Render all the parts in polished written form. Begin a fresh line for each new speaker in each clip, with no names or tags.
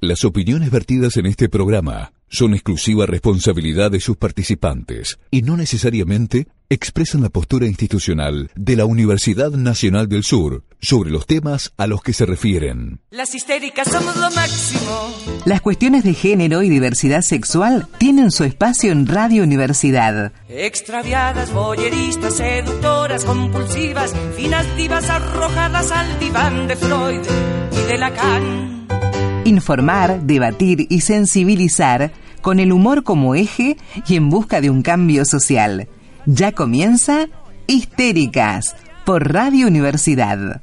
Las opiniones vertidas en este programa son exclusiva responsabilidad de sus participantes y no necesariamente expresan la postura institucional de la Universidad Nacional del Sur sobre los temas a los que se refieren.
Las histéricas somos lo máximo.
Las cuestiones de género y diversidad sexual tienen su espacio en Radio Universidad.
Extraviadas, voyeristas, seductoras, compulsivas, finas divas arrojadas al diván de Freud y de Lacan.
Informar, debatir y sensibilizar con el humor como eje y en busca de un cambio social. Ya comienza Histéricas por Radio Universidad.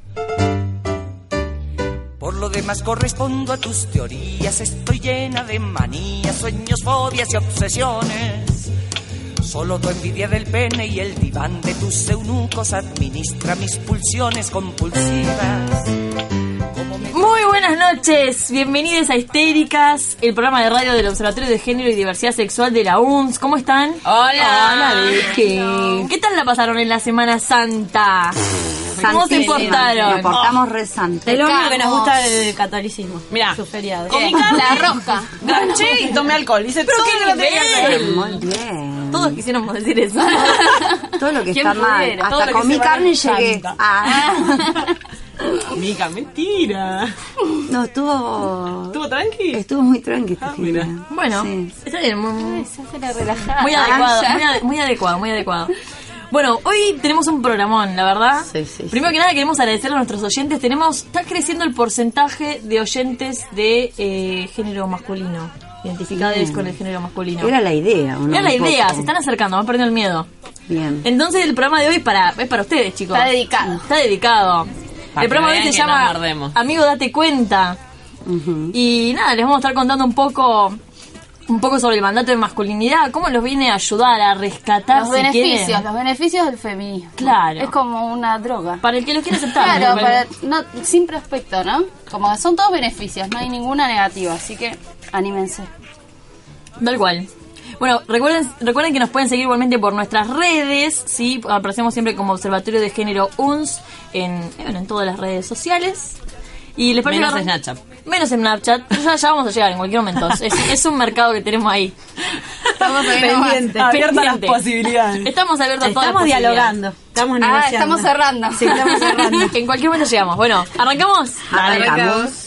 Por lo demás correspondo a tus teorías. Estoy llena de manías, sueños, fobias y obsesiones. Solo tu envidia del pene y el diván de tus eunucos administra mis pulsiones compulsivas.
Muy buenas noches, bienvenidos a Histéricas, el programa de radio del Observatorio de Género y Diversidad Sexual de la UNS. ¿Cómo están?
Hola.
¿Qué tal la pasaron en la Semana Santa? ¿Cómo se portaron?
Nos portamos rezantes.
El hombre que nos gusta el catolicismo.
Mirá,
su feriado.
comí carne,
la rosca,
ganché y tomé alcohol. Dice, pero qué nivel.
Muy bien.
Todos quisiéramos decir eso.
Todo lo que
¿Quién
está mal.
pudiera? Todo
Hasta
lo que
comí
se
carne y
vaya
llegué.
Amiga, mentira.
No, estuvo
tranqui?
Estuvo muy tranqui.
Mira. Bueno,
sí.
está bien. Muy
relajada.
Muy adecuado. Bueno, hoy tenemos un programón, la verdad.
Sí.
Primero que nada queremos agradecerle a nuestros oyentes. Está creciendo el porcentaje de oyentes de género masculino, identificados con el género masculino.
Era la idea, ¿no?
Era la idea, se están acercando, van perdiendo el miedo.
Bien.
Entonces el programa de hoy es para ustedes, chicos. Está dedicado. El programa de hoy se llama Amigo Date Cuenta.
Uh-huh.
Y nada, les vamos a estar contando un poco sobre el mandato de masculinidad, cómo los viene a ayudar a rescatar
los beneficios del feminismo.
Claro.
Es como una droga.
Para el que lo quiera aceptar.
Claro, sin prospecto, ¿no? Como son todos beneficios, no hay ninguna negativa, así que anímense.
Tal cual. Bueno, recuerden que nos pueden seguir igualmente por nuestras redes, ¿sí? Aparecemos siempre como Observatorio de Género UNS en todas las redes sociales. Y les parece
menos en Snapchat.
Menos en Snapchat. Ya vamos a llegar en cualquier momento. Es un mercado que tenemos ahí.
Estamos pendientes.
Abiertas las posibilidades. Estamos abiertos a todas las posibilidades.
Dialogando. Estamos negociando.
Estamos cerrando.
Sí, estamos cerrando.
Que en cualquier momento llegamos. Bueno, ¿arrancamos?
Arrancamos.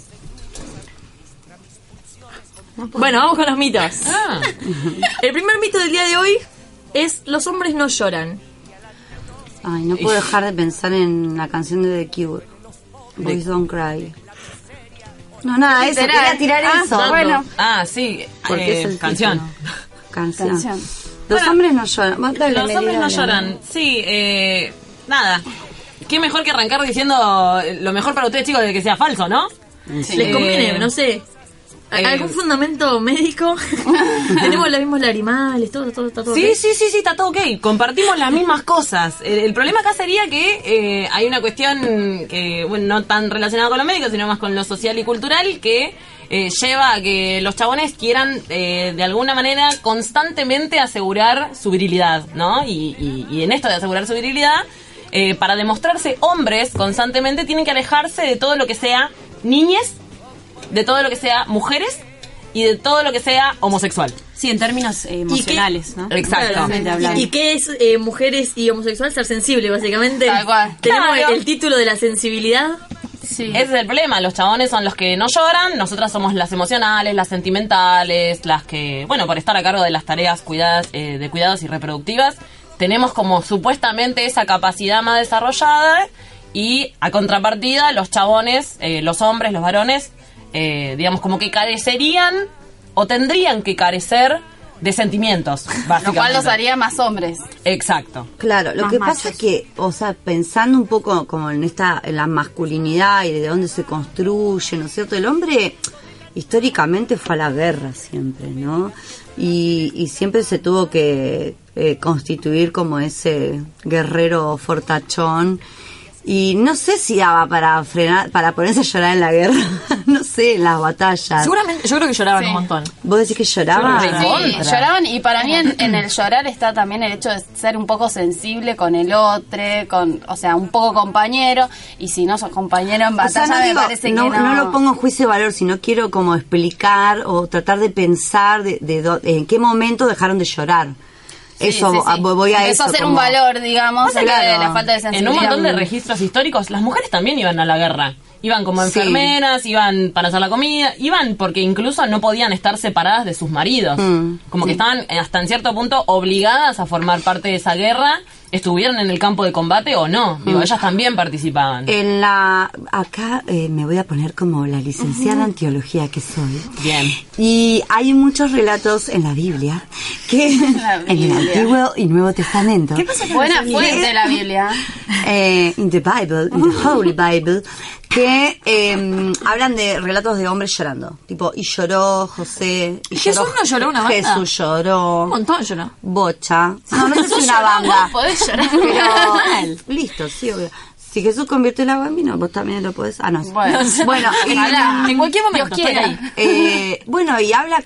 Bueno, vamos con los mitos. El primer mito del día de hoy es: los hombres no lloran.
Ay, no puedo dejar de pensar en la canción de The Cure, Boys Don't Cry. No, nada, eso, quería tirar eso.
Bueno.
Sí, porque es el
canción.
Canción. Los hombres no lloran.
Los hombres no lloran. Sí, nada. Qué mejor que arrancar diciendo lo mejor para ustedes, chicos, de que sea falso, ¿no?
Sí. Les conviene, no sé. ¿Algún fundamento médico? Tenemos los mismos lagrimales, todo está todo
sí,
okay.
Sí, está todo ok. Compartimos las mismas cosas. El problema acá sería que hay una cuestión que, no tan relacionada con lo médico, sino más con lo social y cultural, que lleva a que los chabones quieran, de alguna manera, constantemente asegurar su virilidad, ¿no? Y en esto de asegurar su virilidad, para demostrarse hombres constantemente, tienen que alejarse de todo lo que sea niñez, de todo lo que sea mujeres y de todo lo que sea homosexual. Sí, en términos emocionales, ¿no?
Exacto. ¿Y qué es mujeres y homosexual? Ser sensible, básicamente.
Tal cual.
Tenemos
Claro.
el título de la sensibilidad.
Sí.
Ese es el problema. Los chabones son los que no lloran, nosotras somos las emocionales, las sentimentales, las que, por estar a cargo de las tareas de cuidados y reproductivas, tenemos como supuestamente esa capacidad más desarrollada, y a contrapartida los chabones, los hombres, los varones, digamos como que carecerían o tendrían que carecer de sentimientos, básicamente.
Lo cual los haría más hombres.
Exacto.
Claro, lo
Más
que
machos.
pasa es que, pensando un poco como en la masculinidad y de dónde se construye, ¿no es cierto? El hombre históricamente fue a la guerra siempre, ¿no? Y siempre se tuvo que constituir como ese guerrero fortachón Y no sé si daba para frenar, para ponerse a llorar en la guerra. No sé, en las batallas.
Seguramente, yo creo que lloraban
Sí.
un montón.
¿Vos decís que lloraban?
Sí, lloraban, y para mí en el llorar está también el hecho de ser un poco sensible con el otro, o sea, un poco compañero, y si no sos compañero en
O
batalla,
sea, no,
me
digo,
parece que
no lo pongo en juicio de valor, sino quiero como explicar o tratar de pensar en qué momento dejaron de llorar. Eso, voy a
empezó
eso.
a ser
como-
un valor, digamos,
Claro.
de la falta de
En
sensibilidad.
un montón de registros históricos, las mujeres también iban a la guerra. Iban como
Sí.
enfermeras, iban para hacer la comida, iban porque incluso no podían estar separadas de sus maridos. Como que estaban hasta en cierto punto obligadas a formar parte de esa guerra, estuvieran en el campo de combate o no. Digo, ellas también participaban.
Acá me voy a poner como la licenciada en teología que soy.
Bien.
Y hay muchos relatos en la Biblia que
La
en el
Biblia.
Antiguo y Nuevo Testamento.
Buena fuente la Biblia.
In the Bible, in the Holy Bible, que hablan de relatos de hombres llorando. Tipo, y lloró José. Y
¿Jesús no lloró una banda?
Jesús lloró.
Un montón lloró.
Bocha. No sé si una banda.
Vos podés llorar.
Pero, listo, sí, obvio. Si Jesús convierte el agua en vino, vos también lo podés. Ah, no.
Bueno,
Ojalá. En cualquier momento,
Dios quiera.
estoy ahí.
Bueno, y habla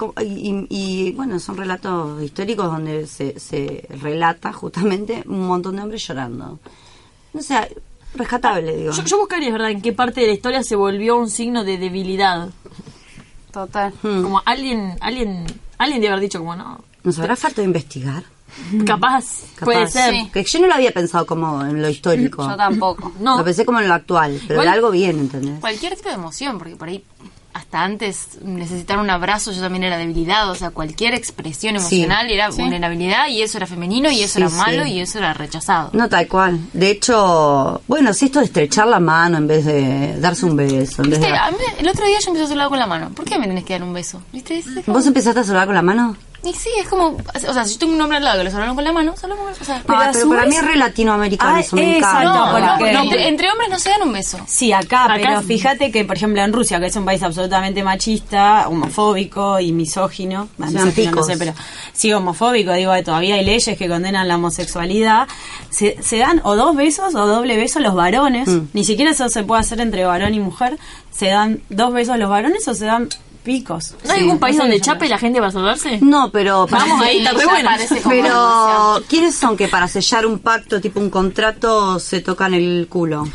y bueno, son relatos históricos donde se relata justamente un montón de hombres llorando. No sé, rescatable, digo.
Yo buscaría, ¿verdad?, en qué parte de la historia se volvió un signo de debilidad.
Total.
Como alguien debe haber dicho como, no,
¿Nos habrá falta de investigar?
capaz, puede
Capaz.
ser.
Sí.
Que yo no lo había pensado como en lo histórico.
Yo tampoco.
No.
Lo pensé como en lo actual, pero
Igual-
de algo bien, ¿entendés?
Cualquier tipo de emoción, porque por ahí hasta antes necesitar un abrazo yo también era debilidad, o sea, cualquier expresión
Sí.
emocional era vulnerabilidad y eso era femenino y eso
Sí,
era malo
sí.
y eso era rechazado.
No, tal cual. De hecho, bueno, si esto de estrechar la mano en vez de darse un beso, en vez
Viste,
de...
a mí el otro día yo empecé a saludar con la mano. ¿Por qué me tenés que dar un beso? ¿Viste?
¿Vos empezaste a saludar con la mano?
Y sí, es como, o sea, si yo tengo un hombre al lado que lo saludan con la mano, saludamos, o sea,
Pero para mí es re latinoamericano, eso me
exacto,
encanta.
porque-
no, entre hombres no se dan un beso.
Sí, acá, pero
sí.
fíjate que, por ejemplo, en Rusia, que es un país absolutamente machista, homofóbico y misógino,
Sean picos.
no sé, pero sí, homofóbico, digo, todavía hay leyes que condenan la homosexualidad, se dan o dos besos o doble beso los varones, ni siquiera eso se puede hacer entre varón y mujer, se dan dos besos los varones o se dan picos.
¿No hay algún país donde chape la gente para saludarse?
No, pero...
Vamos ahí, está re
Ya
bueno.
parece como
Pero, ¿quiénes son que para sellar un pacto, tipo un contrato, se tocan el culo?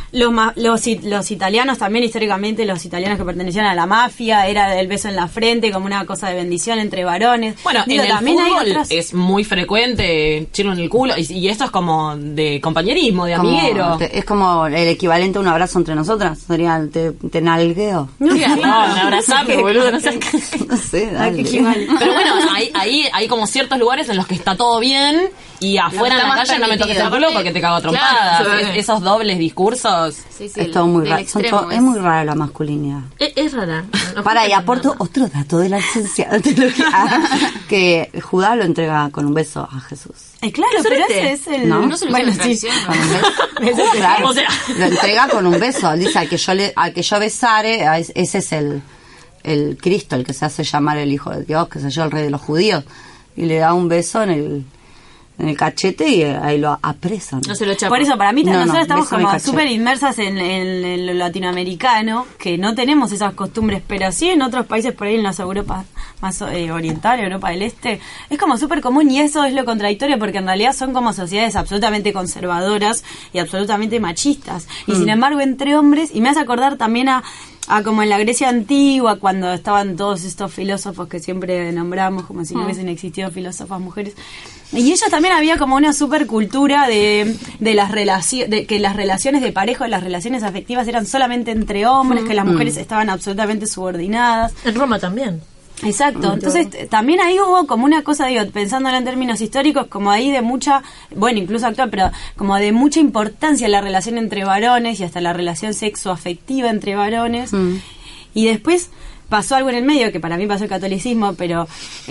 Los italianos también, históricamente, los italianos que pertenecían a la mafia, era el beso en la frente como una cosa de bendición entre varones.
Bueno,
Digo,
en el
también hay
fútbol
otras-
es muy frecuente chirlo en el culo y esto es como de compañerismo, de amiguero.
Es como el equivalente a un abrazo entre nosotras. Sería el te nalgueo.
No, me abrazame, boludo, no seas...
No sé, dale.
Pero bueno, hay como ciertos lugares en los que está todo bien y afuera en
está
la
más
calle no me toques el
permitido.
culo porque te cago a trompadas.
Claro, sí.
Esos dobles discursos.
Sí, sí,
Es todo muy
del
raro.
extremo
Es muy raro la masculinidad.
Es rara.
Para, y aporto otro dato de la licenciada en teología, que Judá lo entrega con un beso a Jesús.
Claro, pero ese es el...
¿No?
No se lo
Bueno,
hizo
sí.
traición, ¿no?
Con un beso. Claro,
O sea.
lo entrega con un beso. Dice, al que yo besare, ese es el Cristo, el que se hace llamar el Hijo de Dios, que sé yo, el Rey de los Judíos. Y le da un beso en el cachete y ahí lo apresan.
No se lo chapa.
Por eso, para mí,
No,
nosotros estamos
beso en el
como
cachete.
súper inmersas en lo latinoamericano, que no tenemos esas costumbres, pero sí en otros países, por ahí en las Europas más oriental, Europa del Este, es como súper común y eso es lo contradictorio porque en realidad son como sociedades absolutamente conservadoras y absolutamente machistas. Y sin embargo, entre hombres, y me hace acordar también a como en la Grecia antigua, cuando estaban todos estos filósofos que siempre nombramos, como si no hubiesen existido filósofas mujeres. Y ellos también había como una super cultura de las relaciones, de que las relaciones de pareja, las relaciones afectivas eran solamente entre hombres, que las mujeres estaban absolutamente subordinadas.
En Roma también.
Exacto, entonces también ahí hubo como una cosa, digo, pensándolo en términos históricos, como ahí de mucha, bueno, incluso actual, pero como de mucha importancia la relación entre varones y hasta la relación sexoafectiva entre varones. Y después pasó algo en el medio, que para mí pasó el catolicismo, pero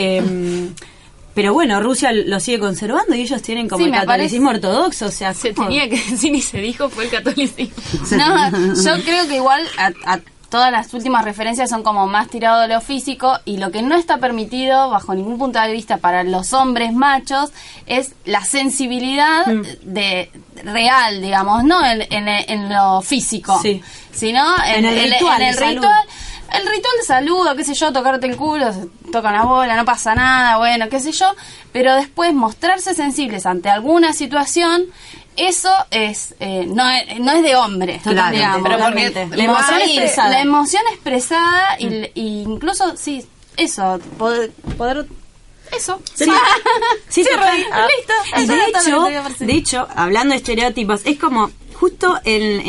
bueno, Rusia lo sigue conservando y ellos tienen como
Sí,
el
me
catolicismo ortodoxo, o sea,
Se
¿cómo?
tenía que decir y se dijo fue el catolicismo.
No, yo creo que igual todas las últimas referencias son como más tirado de lo físico, y lo que no está permitido bajo ningún punto de vista para los hombres machos es la sensibilidad de real, digamos, no en lo físico, sino en el ritual. El ritual de saludo, qué sé yo, tocarte el culo, se toca una bola, no pasa nada, bueno, qué sé yo, pero después mostrarse sensibles ante alguna situación, eso es no es de hombre,
claro,
digamos, pero porque la emoción expresada y incluso sí, eso, poder eso.
Sí, listo. De hecho, hablando de estereotipos, es como justo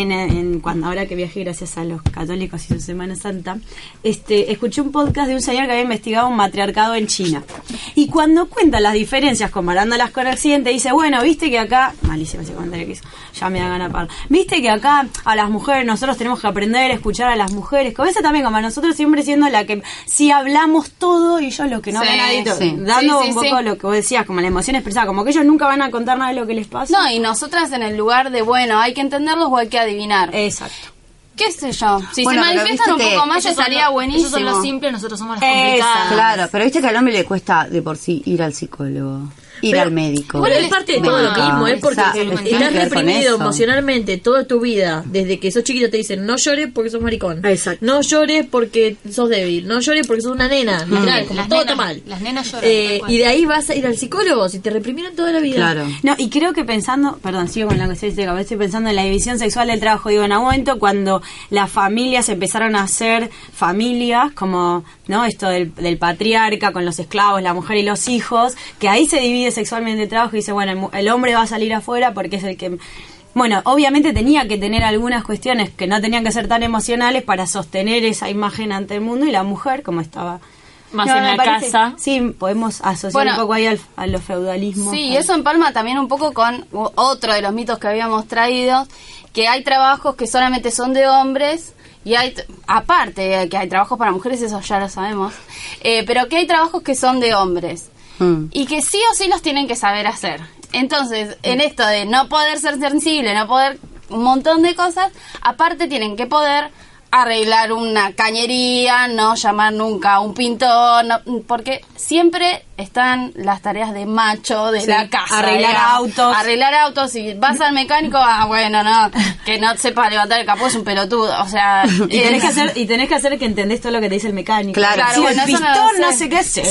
en cuando ahora que viajé gracias a los católicos y su Semana Santa, escuché un podcast de un señor que había investigado un matriarcado en China. Y cuando cuenta las diferencias comparándolas con Occidente, dice, bueno, viste que acá, malísimo ese comentario que hizo, ya me da ganas de parar. Viste que acá a las mujeres nosotros tenemos que aprender a escuchar a las mujeres. Como esa también, como a nosotros siempre siendo la que si hablamos todo y ellos lo que no ven nadito, dando un poco lo que vos decías, como la emoción expresada, como que ellos nunca van a contar nada de lo que les pasa.
No, y nosotras en el lugar de, bueno, hay que entenderlos o hay que adivinar.
Exacto.
¿Qué sé yo? Si se manifiestan un poco más, estaría buenísimo.
Ellos son los simples, nosotros somos las complicadas.
Claro, pero viste que al hombre le cuesta de por sí ir al psicólogo. Ir al médico.
Bueno, es parte de todo lo mismo, porque estás reprimido emocionalmente toda tu vida. Desde que sos chiquito te dicen, no llores porque sos maricón. Exacto. No llores porque sos débil. No llores porque sos una nena. Literal, como todo está mal.
Las nenas lloran.
Y de ahí vas a ir al psicólogo si te reprimieron toda la vida.
Claro.
No, y creo que pensando, perdón, sigo con la cuestión de cabeza, estoy pensando en la división sexual del trabajo. Digo, en un momento cuando las familias empezaron a ser familias, como, ¿no? Esto del patriarca con los esclavos, la mujer y los hijos, que ahí se divide sexualmente el trabajo y dice, bueno, el hombre va a salir afuera porque es el que... Bueno, obviamente tenía que tener algunas cuestiones que no tenían que ser tan emocionales para sostener esa imagen ante el mundo, y la mujer, como estaba...
Más en la casa.
Sí, podemos asociar un poco ahí a los feudalismos.
Sí, y eso empalma también un poco con otro de los mitos que habíamos traído, que hay trabajos que solamente son de hombres, y hay, aparte que hay trabajos para mujeres, eso ya lo sabemos, pero que hay trabajos que son de hombres. Y que sí o sí los tienen que saber hacer. Entonces, en esto de no poder ser sensible, no poder un montón de cosas, aparte tienen que poder arreglar una cañería, no llamar nunca a un pintor, no, porque siempre están las tareas de macho de la casa. Arreglar autos, si vas al mecánico, bueno, no, que no sepa levantar el capó es un pelotudo, o sea...
Y tenés que hacer que entendés todo lo que te dice el mecánico.
Claro,
si
bueno,
el pistón no sé qué hacer.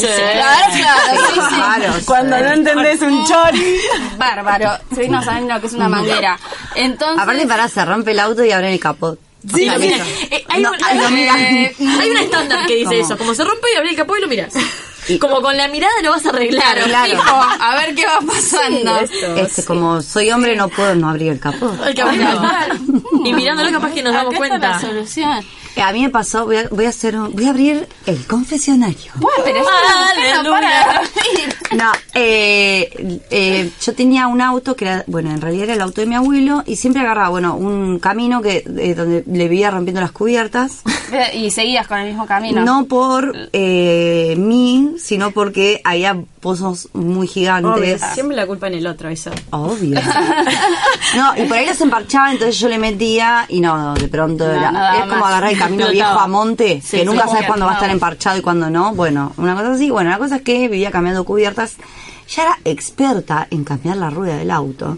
Claro,
Cuando no entendés un chori.
Bárbaro, si no saben lo que es una manguera. Entonces...
Aparte, se rompe el auto y abren el capó.
Sí, mira, hay una estándar que dice eso, como se rompe y abre el capó y lo miras. Como con la mirada lo vas a arreglar.
Claro. Fijo, a ver qué va pasando.
Sí, como soy hombre no puedo no abrir el capó.
Y mirándolo capaz que nos damos cuenta.
Está la solución.
A mí me pasó, voy a abrir el confesionario.
Bueno, pero
no, yo tenía un auto que era, bueno, en realidad era el auto de mi abuelo, y siempre agarraba, un camino que donde le vivía rompiendo las cubiertas.
Y seguías con el mismo camino.
No por mí, sino porque había pozos muy gigantes.
Obvio, siempre la culpa en el otro, eso.
Obvio. No, y por ahí los emparchaba, entonces yo le metía y no, de pronto es como agarrar el camino viejo a monte, que nunca sabes cuándo va a estar emparchado y cuándo no. Bueno, una cosa así. Bueno, la cosa es que vivía cambiando cubiertas. Ya era experta en cambiar la rueda del auto.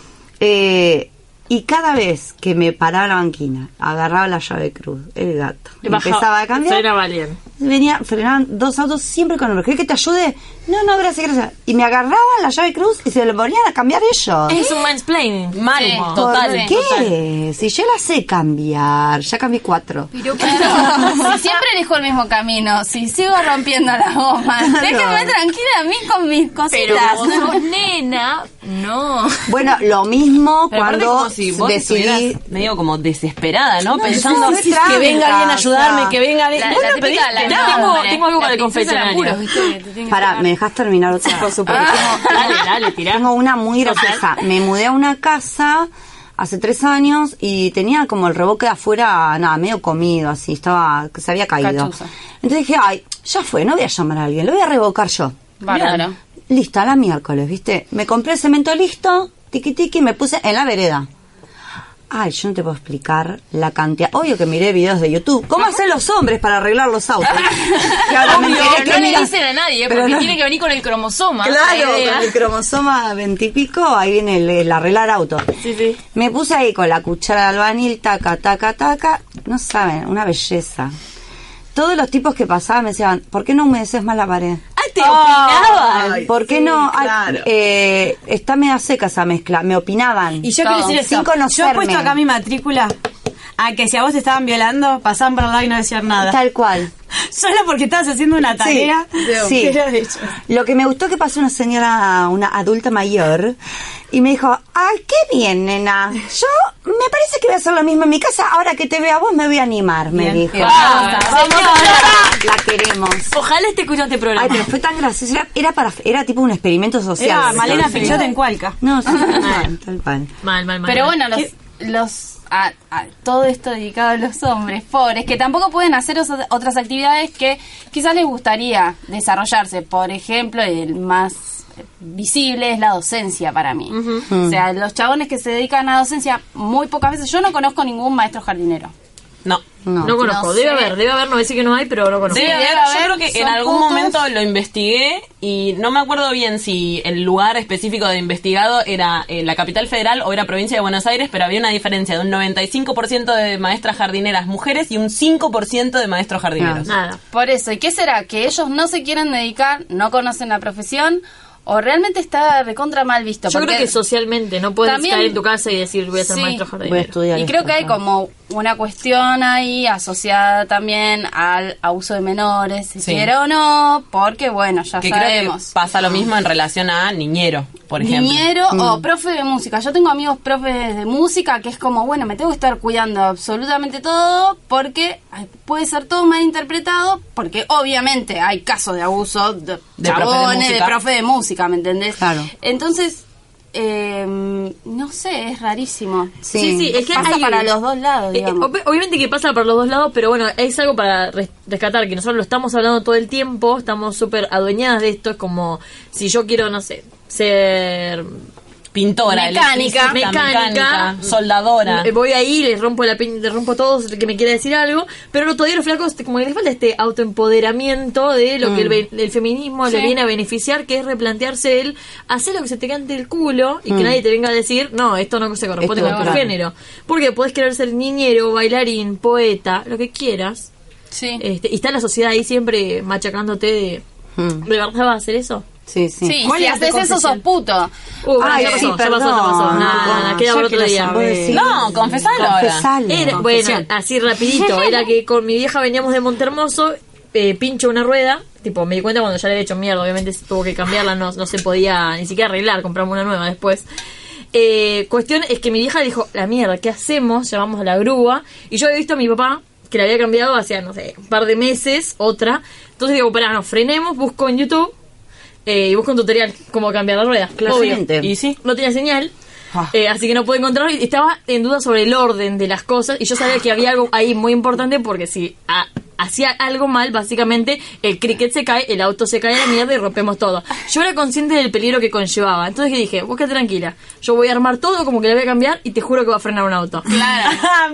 Y cada vez que me paraba la banquina, agarraba la llave cruz, el gato, empezaba a cambiar. Frenaban dos autos siempre con hombres. ¿Querés que te ayude? No, gracias. Y me agarraban la llave cruz y se lo ponían a cambiar ellos.
Es un mansplaining.
¿Por qué? Si yo la sé cambiar, ya cambié 4.
Pero si siempre elijo el mismo camino, si sigo rompiendo las gomas, déjenme tranquila a mí con mis cositas.
Pero como sos nena, no.
Bueno, lo mismo cuando
si vos
decidí
medio como desesperada, ¿no? Pensando
que
venga alguien a ayudarme, que venga alguien.
Tengo algo para el confesionario.
Pará, ¿me dejás terminar otra?
Por supuesto. Dale, tirá.
Tengo una muy graciosa. Me mudé a una casa hace 3 años y tenía como el revoque de afuera, medio comido, así, se había caído.
Cachuza.
Entonces dije, ya fue, no voy a llamar a alguien, lo voy a revocar yo.
Bárbaro.
Listo, a la miércoles, ¿viste? Me compré el cemento listo, tiqui, me puse en la vereda. Ay, yo no te puedo explicar la cantidad. Obvio que miré videos de YouTube. ¿Cómo hacen los hombres para arreglar los autos?
Claro, pero no le dicen a nadie, porque tiene que venir con el cromosoma.
Claro, con el cromosoma 20 y pico, ahí viene el arreglar autos.
Sí.
Me puse ahí con la cuchara de albañil, taca, taca, taca. No saben, una belleza. Todos los tipos que pasaban me decían, ¿por qué no humedeces más la pared?
Te opinaban.
¿Por qué no? Claro. Está media seca esa mezcla. Me opinaban.
Y yo quiero decir
sin
eso.
conocerme.
Yo he puesto acá mi matrícula a que si a vos te estaban violando, pasaban por al lado y no decían nada.
Tal cual.
Solo porque estabas haciendo una tarea.
Sí. Lo que me gustó es que pasó una señora, una adulta mayor, y me dijo, ay, qué bien, nena. Yo me parece que voy a hacer lo mismo en mi casa. Ahora que te veo a vos me voy a animar, me dijo. La queremos.
Ojalá esté escuchando este programa.
Ay, pero fue tan gracioso. Era tipo un experimento social.
Era Malena Peixoto en Cualca.
No, sí, tal cual.
Mal.
Pero bueno, todo esto dedicado a los hombres pobres, que tampoco pueden hacer otras actividades que quizás les gustaría desarrollarse. Por ejemplo, el más visible es la docencia para mí. O sea, los chabones que se dedican a docencia muy pocas veces. Yo no conozco ningún maestro jardinero.
No conozco, debe haber, no voy a decir que no hay, pero no conozco.
Debe haber, yo creo que en algún momento lo investigué y no me acuerdo bien si el lugar específico de investigado era la capital federal o era provincia de Buenos Aires, pero había una diferencia de un 95% de maestras jardineras mujeres y un 5% de maestros jardineros.
Nada.
Por eso, ¿y qué será? ¿Que ellos no se quieren dedicar, no conocen la profesión? ¿O realmente está recontra mal visto?
Yo creo que socialmente no puedes estar en tu casa y decir voy a ser maestro jardinero.
Voy a estudiar.
Y creo que hay como una cuestión ahí asociada también al abuso de menores, si quiera o no, porque bueno, ya
que
sabemos.
Creo que pasa lo mismo en relación a niñero, por ejemplo.
Niñero o profe de música. Yo tengo amigos profes de música que es como, bueno, me tengo que estar cuidando absolutamente todo porque puede ser todo mal interpretado, porque obviamente hay casos de abuso de chabones, de profe de música, ¿me entendés?
Claro.
Entonces, no sé, es rarísimo.
Sí, es que
pasa para los dos lados, digamos.
Obviamente que pasa por los dos lados, pero bueno, es algo para rescatar, que nosotros lo estamos hablando todo el tiempo, estamos súper adueñadas de esto, es como si yo quiero, no sé, ser
pintora, mecánica, soldadora.
Voy ahí, les rompo todo el que me quiera decir algo, pero todavía los flacos como que les falta este autoempoderamiento de lo que el feminismo le viene a beneficiar, que es replantearse el hacer lo que se te cante el culo y que nadie te venga a decir, no, esto no se corresponde con tu género. Porque podés querer ser niñero, bailarín, poeta, lo que quieras.
Sí.
Y está la sociedad ahí siempre machacándote de verdad vas a hacer eso.
Sí.
Si haces eso sos puto.
Ya pasó. Nada, queda por otro día.
No, confesalo ahora.
Bueno, así rapidito. Era que con mi vieja veníamos de Montermoso, pincho una rueda. Tipo, me di cuenta cuando ya le había hecho mierda. Obviamente tuvo que cambiarla, no se podía ni siquiera arreglar. Compramos una nueva después. Cuestión es que mi vieja dijo, la mierda, ¿qué hacemos? Llamamos a la grúa. Y yo había visto a mi papá que la había cambiado hacía, no sé, un par de meses, otra. Entonces digo, frenemos, busco en YouTube y busco un tutorial cómo cambiar la rueda. Obvio. Y sí, no tenía señal. Así que no pude encontrarlo y estaba en duda sobre el orden de las cosas y yo sabía que había algo ahí muy importante porque si hacía algo mal, básicamente el cricket se cae, el auto se cae a la mierda y rompemos todo. Yo era consciente del peligro que conllevaba, entonces dije, vos quedate tranquila, yo voy a armar todo como que la voy a cambiar y te juro que va a frenar un auto.
Claro.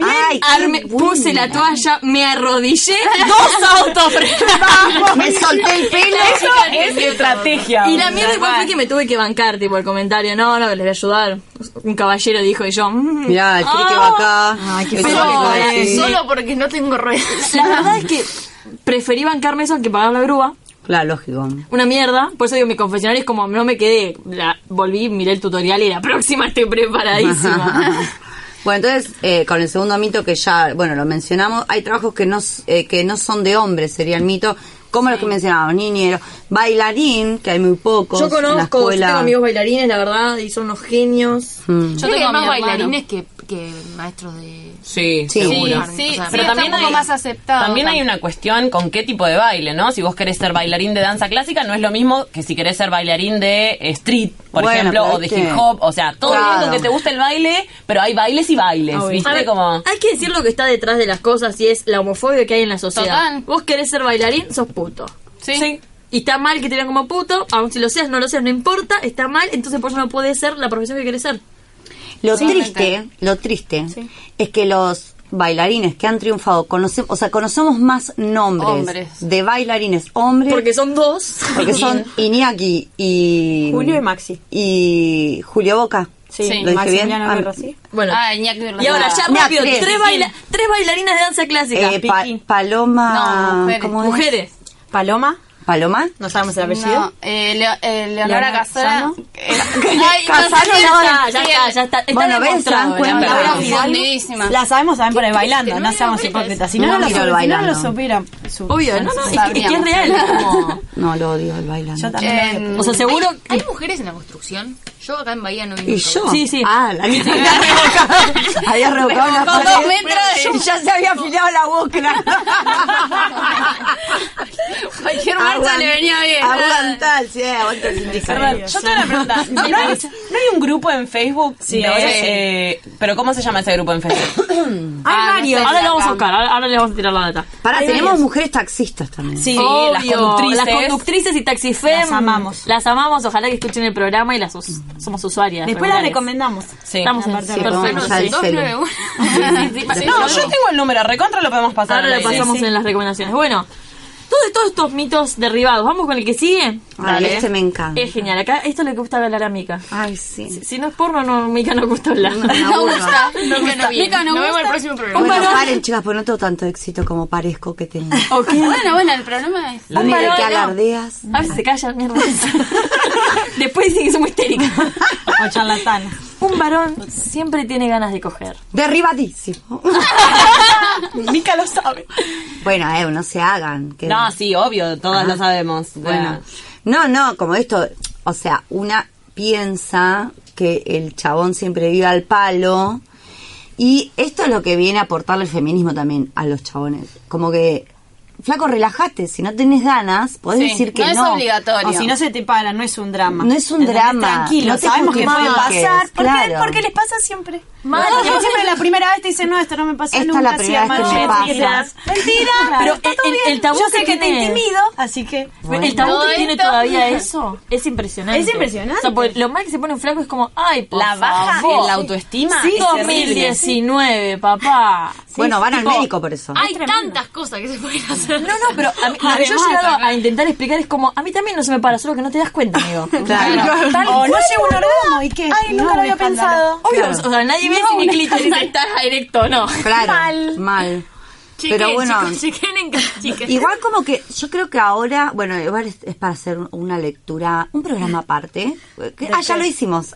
Puse la toalla, me arrodillé, 2 autos frenados.
Me solté el pelo.
Eso es estrategia.
Y la mierda después fue que me tuve que bancar, tipo, el comentario, no, que les voy a ayudar. Un caballero dijo y yo,
mirá, el cricket va acá.
Ay, qué solo porque no tengo ruedas.
La verdad es que preferí bancarme eso que pagar la grúa.
Claro, lógico.
Una mierda. Por eso digo, mi confesionario es como, no me quedé. Volví, miré el tutorial y la próxima estoy preparadísima.
Bueno, entonces, con el segundo mito que ya, bueno, lo mencionamos, hay trabajos que no son de hombres, sería el mito, como los que mencionábamos, niñero, bailarín, que hay muy pocos.
Yo conozco, yo tengo amigos bailarines, la verdad, y son unos genios.
Yo tengo
más bailarines que maestros de...
Sí, seguro.
Sí,
o sea,
pero también un poco más aceptado.
También hay una cuestión con qué tipo de baile, ¿no? Si vos querés ser bailarín de danza clásica, no es lo mismo que si querés ser bailarín de street, por ejemplo, o de hip hop. O sea, todo bien con que te guste el baile, pero hay bailes y bailes, ¿viste?
Ver, como... Hay que decir lo que está detrás de las cosas y es la homofobia que hay en la sociedad. Total. Vos querés ser bailarín, sos puto.
Sí.
Y está mal que te vean como puto, aun si lo seas, no lo seas, no importa, está mal, entonces por eso no podés ser la profesión que querés ser.
Lo triste es que los bailarines que han triunfado, conocemos más nombres de bailarines hombres.
Porque son dos.
Porque son Iñaki y...
Julio y Maxi.
Y Julio Boca.
Sí,
¿Lo dije bien?
Bueno,
Iñaki
y ahora ya rápido, tres bailarinas de danza clásica.
Paloma...
No,
¿cómo es?
Mujeres.
Paloma. No sabemos el apellido.
No, Leonora Casano.
Ya está.
Bueno, ven, se dan cuenta.
Fundidísima.
La sabemos también por el bailando, no seamos hipócritas. Si no lo supieran.
Obvio, no, es que es real.
No, lo odio el bailando.
Yo también.
O sea, seguro...
¿Hay mujeres en la construcción? Yo acá en Bahía no vi.
¿Y yo?
Sí.
La niña había revocado una
Con 2 metros
y ya se había afilado la boca.
Cualquier marcha le venía bien.
Aguanta el sindicato.
Yo tengo una pregunta. ¿No hay un grupo en Facebook?
Sí,
pero ¿cómo se llama ese grupo en Facebook?
Hay varios.
Ahora lo vamos a buscar, ahora le vamos a tirar la data.
Tenemos mujeres taxistas también.
Sí,
Obvio,
las conductrices
y Taxifem.
Las amamos.
Ojalá que escuchen el programa y somos usuarias.
Después las recomendamos.
Sí.
Estamos en
perfecto. Ya el celu.
No, yo tengo el número, recontra lo podemos pasar.
Ahora lo pasamos en las recomendaciones. Bueno, todos estos mitos derribados. ¿Vamos con el que sigue?
Dale, este me encanta.
Es genial. Acá esto le gusta hablar a Mica.
Ay, sí.
Si no es porno, Mica no gusta hablar.
No gusta. Mica no
Nos vemos
gusta.
el próximo programa.
Bueno, paren, chicas, porque no tengo tanto éxito como parezco que tengo.
Bueno, el problema es...
La única que alardeas.
A ver si se callan, mierda. Después dicen que somos histéricas.
O charlatanas.
Un varón siempre tiene ganas de coger.
Derribadísimo.
Mica lo sabe.
Bueno, no se hagan.
No, sí, obvio, todas lo sabemos.
Bueno. No, como esto, o sea, una piensa que el chabón siempre vive al palo, y esto es lo que viene a aportarle el feminismo también a los chabones. Como que, flaco, relájate, si no tenés ganas, podés decir que no.
No es obligatorio.
O si no se te para, no es un drama.
No es un drama.
Tranquilo,
No te
sabemos que puede
justifiques,
pasar.
claro.
Porque les pasa siempre.
Mal,
Siempre la primera vez te dicen, no, esto no me pasa
Esta
nunca.
es la primera vez que me pasa.
Mentira,
Pero
está todo bien.
el tabú
yo sé que te
tiene-
intimido, así que...
El tabú
Todo
que tiene
esto-
todavía eso es impresionante.
Es impresionante.
O sea, porque lo mal que se pone un flaco es como, ay, por
La baja
favor.
en la autoestima.
Sí,
es terrible.
2019, papá.
Bueno, van al
tipo,
médico por eso.
Hay tantas cosas que se pueden hacer.
No, pero a mí, lo que yo he llegado a intentar explicar es como, a mí también no se me para, solo que no te das cuenta, amigo.
Claro.
Tal
O no
cual.
llego un orgasmo, ¿y qué?
Ay, nunca lo había pensado.
Obvio,
Claro.
o sea, nadie ve si mi clítoris está erecto, no.
Claro, mal. Pero bueno, igual como que yo creo que ahora, bueno, igual es para hacer una lectura, un programa aparte. Ya lo hicimos.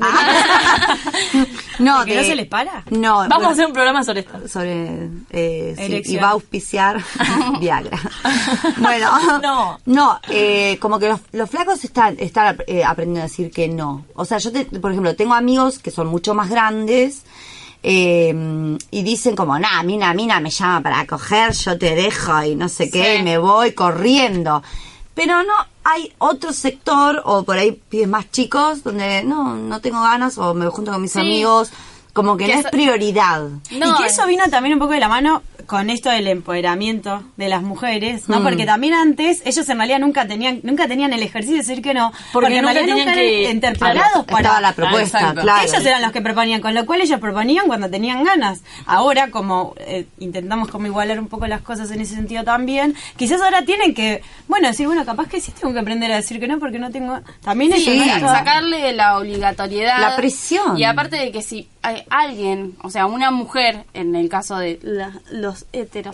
No,
¿Que no se les para?
No,
Vamos a hacer un programa sobre esto.
sobre sí,
Elección.
y va a auspiciar Viagra. Bueno, como que los flacos están aprendiendo a decir que no. O sea, por ejemplo, tengo amigos que son mucho más grandes y dicen como, a mí me llama para coger, yo te dejo y no sé qué, y me voy corriendo. Pero no, hay otro sector, o por ahí pibes más chicos, donde no tengo ganas, o me junto con mis amigos, como que no es prioridad.
Y que eso vino también un poco de la mano con esto del empoderamiento de las mujeres, ¿no? Porque también antes ellos en realidad nunca tenían el ejercicio de decir que no, porque en
nunca
realidad
tenían
nunca
que-
eran interpelados
Estaba la propuesta,
exacto.
claro.
Ellos eran los que proponían, con lo cual ellos proponían cuando tenían ganas. Ahora, como intentamos como igualar un poco las cosas en ese sentido también, quizás ahora tienen que, decir, capaz que sí tengo que aprender a decir que no porque no tengo... También
Sí,
ellos...
sacarle la obligatoriedad.
La presión.
Y aparte de que si hay alguien, o sea, una mujer, en el caso de los heteros,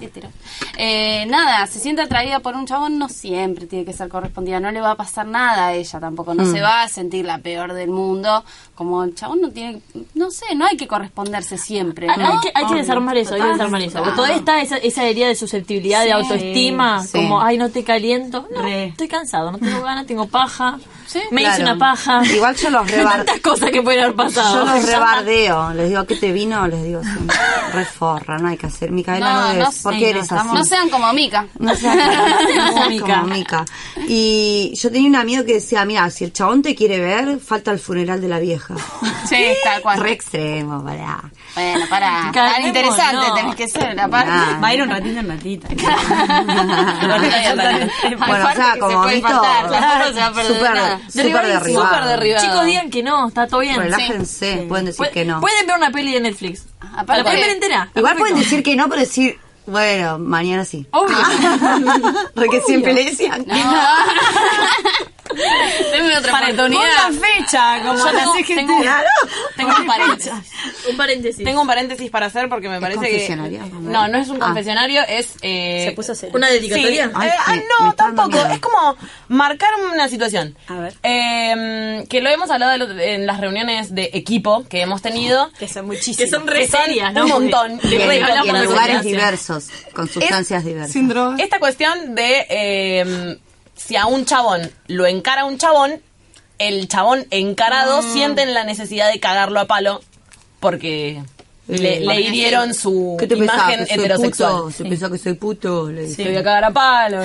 se siente atraída por un chabón, no siempre tiene que ser correspondida, no le va a pasar nada a ella tampoco, no se va a sentir la peor del mundo, como el chabón no tiene, no hay que corresponderse siempre. ¿no?
Hay que desarmar eso, Porque todavía está esa herida de susceptibilidad, de autoestima,
sí.
como, ay, no te caliento. No, estoy cansado, no tengo ganas, tengo paja. Me hice una paja.
Igual yo los
Tantas cosas que pueden haber pasado.
Yo los rebardeo, les digo, ¿qué te vino? Les digo, reforra, no hay que hacer. Micaela, ¿por qué eres así?
No sean como Mica.
No sean como Mica. Y yo tenía un amigo que decía, mira, si el chabón te quiere ver, falta el funeral de la vieja.
Sí, tal cual.
Re extremo, pará.
Bueno, para.
Calmémonos.
Tan interesante tenés que ser, aparte.
Va a ir un ratito en ratita.
Bueno, o sea, como mito,
tampoco se va a perder
súper
nada.
derribadísimo.
Súper derribado.
Chicos, digan que no, está todo bien.
Relájense, pueden decir que no.
Pueden ver una peli de Netflix. La pueden ver entera.
Igual pueden decir que no, pero decir, bueno, mañana sí.
Obvio.
Porque siempre le decían.
Deme otra
oportunidad.
Una fecha, como
Yo
la CGT.
Tengo un paréntesis.
Un paréntesis.
Tengo un paréntesis para hacer porque me parece que... No es un confesionario, es...
Se puso serio.
¿Una dedicatoria?
Sí. No, tampoco. Es como marcar una situación.
A ver.
Que lo hemos hablado en las reuniones de equipo que hemos tenido.
Que son muchísimas.
Que son re serias, ¿no?
Un montón.
Y en lugares diversos, con sustancias diversas.
Sin droga.
Esta cuestión de... si a un chabón lo encara un chabón, el chabón encarado siente la necesidad de cagarlo a palo porque le hirieron su imagen heterosexual.
Se pensó que soy puto. Le
Te voy a cagar a palo.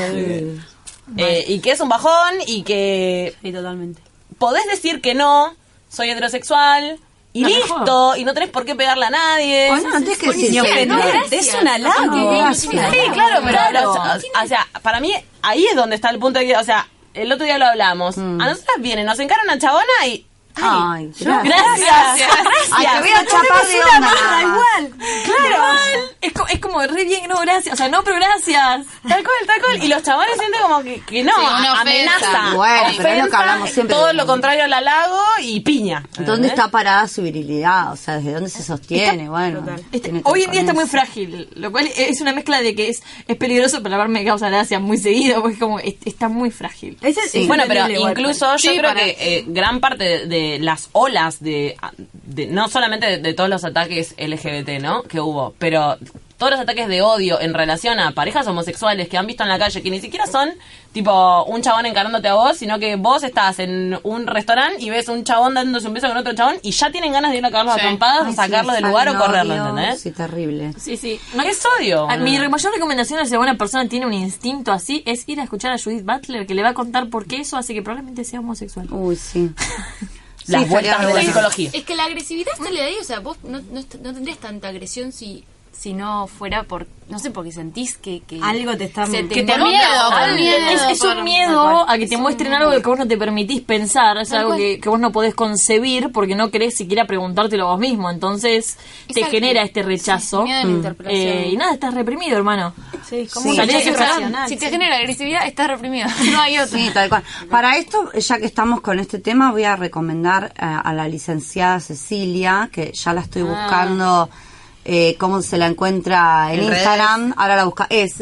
Y que es un bajón y que...
Sí, totalmente.
Podés decir que no, soy heterosexual... Y listo, y no tenés por qué pegarle a nadie.
No tenés que decir
es un halago.
Sí, claro, pero o sea, para mí ahí es donde está el punto de que, o sea, el otro día lo hablamos. A nosotras vienen, nos encara una chabona y...
Ay,
gracias.
Ay, te voy a chapar de onda.
Igual.
Claro. Es como re bien, no, gracias. O sea, no, pero gracias.
Tal cual. Y los chavales sienten como que no, amenaza.
Bueno, pero es lo que hablamos siempre.
Todo lo contrario al halago y piña.
¿Dónde está parada su virilidad? O sea, ¿desde dónde se sostiene? Bueno.
Hoy en día está muy frágil, lo cual es una mezcla de que es peligroso, pero a la vez me causa gracia muy seguido, porque como está muy frágil.
Bueno, pero incluso yo creo que gran parte de las olas de no solamente de todos los ataques LGBT, ¿no? Que hubo, pero todos los ataques de odio en relación a parejas homosexuales que han visto en la calle, que ni siquiera son tipo un chabón encarándote a vos, sino que vos estás en un restaurante y ves un chabón dándose un beso con otro chabón y ya tienen ganas de ir a cagarlo a trompadas, sacarlo del lugar o correrlo, ¿entendés?
Sí, terrible.
Sí.
No es odio.
Mi mayor recomendación si una persona tiene un instinto así es ir a escuchar a Judith Butler, que le va a contar por qué eso hace que probablemente sea homosexual.
Uy, sí.
Las vueltas de la psicología.
Es que la agresividad está de ahí, o sea, vos no tendrías tanta agresión si no fuera por, no sé, porque sentís que
algo te está...
que
te miedo. Es un miedo a que te muestren algo que vos no te permitís pensar, es algo que vos no podés concebir porque no querés siquiera preguntártelo vos mismo, entonces te genera este rechazo.
Miedo a la interpretación.
Y nada, estás reprimido, hermano.
Sí, como
si te genera agresividad, estás reprimido. No hay otro.
Sí, tal cual. Para esto, ya que estamos con este tema, voy a recomendar a la licenciada Cecilia, que ya la estoy buscando... cómo se la encuentra en Instagram, redes. Ahora la busca, es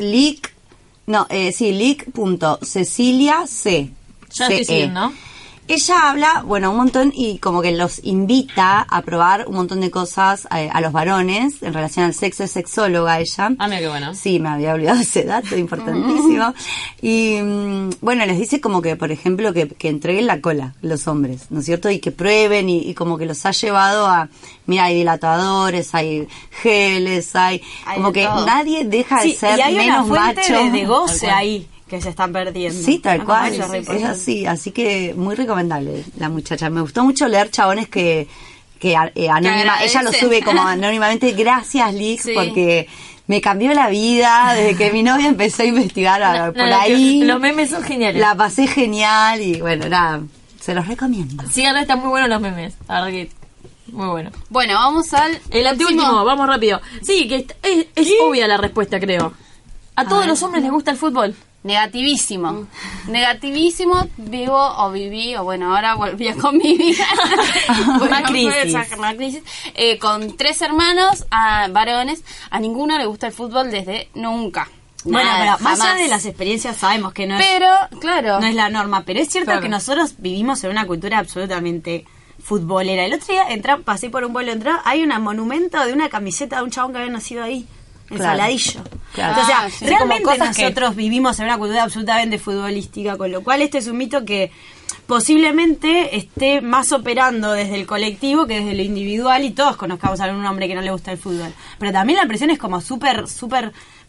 leak.ceciliac.
Ya estoy siguiendo.
Ella habla, bueno, un montón y como que los invita a probar un montón de cosas a los varones en relación al sexo. Es sexóloga ella.
Ah, mira qué bueno.
Sí, me había olvidado ese dato importantísimo. Y bueno, les dice como que, por ejemplo, que entreguen la cola los hombres, ¿no es cierto? Y que prueben y como que los ha llevado a... Mira, hay dilatadores, hay geles, hay como que todo. Nadie deja de ser
y hay
menos
una fuente
macho.
De goce ahí que se están perdiendo.
Sí, tal cual, es así, así que muy recomendable la muchacha. Me gustó mucho leer chabones que anónima, ella lo sube como anónimamente, gracias Liz, porque me cambió la vida desde que mi novia empezó a investigar por ahí.
Los memes son geniales.
La pasé genial y bueno, nada, se los recomiendo.
Sí, ahora están muy buenos los memes, la verdad que muy bueno.
Bueno, vamos al...
El anteúltimo, vamos rápido. Sí, que es obvia la respuesta, creo. A todos los hombres les gusta el fútbol.
Negativísimo. Negativísimo, viví, o bueno, ahora volví a convivir.
Una crisis.
Con 3 hermanos, varones, a ninguno le gusta el fútbol desde nunca.
Bueno,
nada,
pero más allá de las experiencias sabemos que no es la norma, pero es cierto que nosotros vivimos en una cultura absolutamente futbolera. El otro día pasé por un vuelo, hay un monumento de una camiseta de un chabón que había nacido ahí. El Saladillo.
Claro.
O sea, realmente nosotros vivimos en una cultura absolutamente futbolística, con lo cual este es un mito que posiblemente esté más operando desde el colectivo que desde lo individual y todos conozcamos a algún hombre que no le gusta el fútbol. Pero también la presión es como súper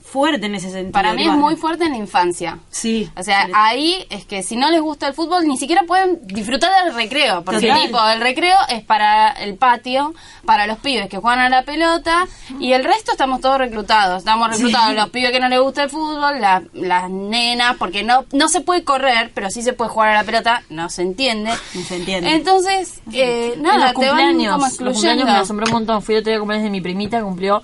fuerte en ese sentido.
Para mí es muy fuerte en la infancia.
Sí.
O sea, ahí es que si no les gusta el fútbol, ni siquiera pueden disfrutar del recreo. Porque el recreo es para el patio, para los pibes que juegan a la pelota, y el resto estamos todos reclutados. Estamos reclutados los pibes que no les gusta el fútbol, las nenas, porque no se puede correr, pero sí se puede jugar a la pelota, no se entiende.
No se entiende.
Entonces, nada, te van como excluyendo.
Los cumpleaños me asombró un montón. Fui el otro día a cumpleaños de mi primita, cumplió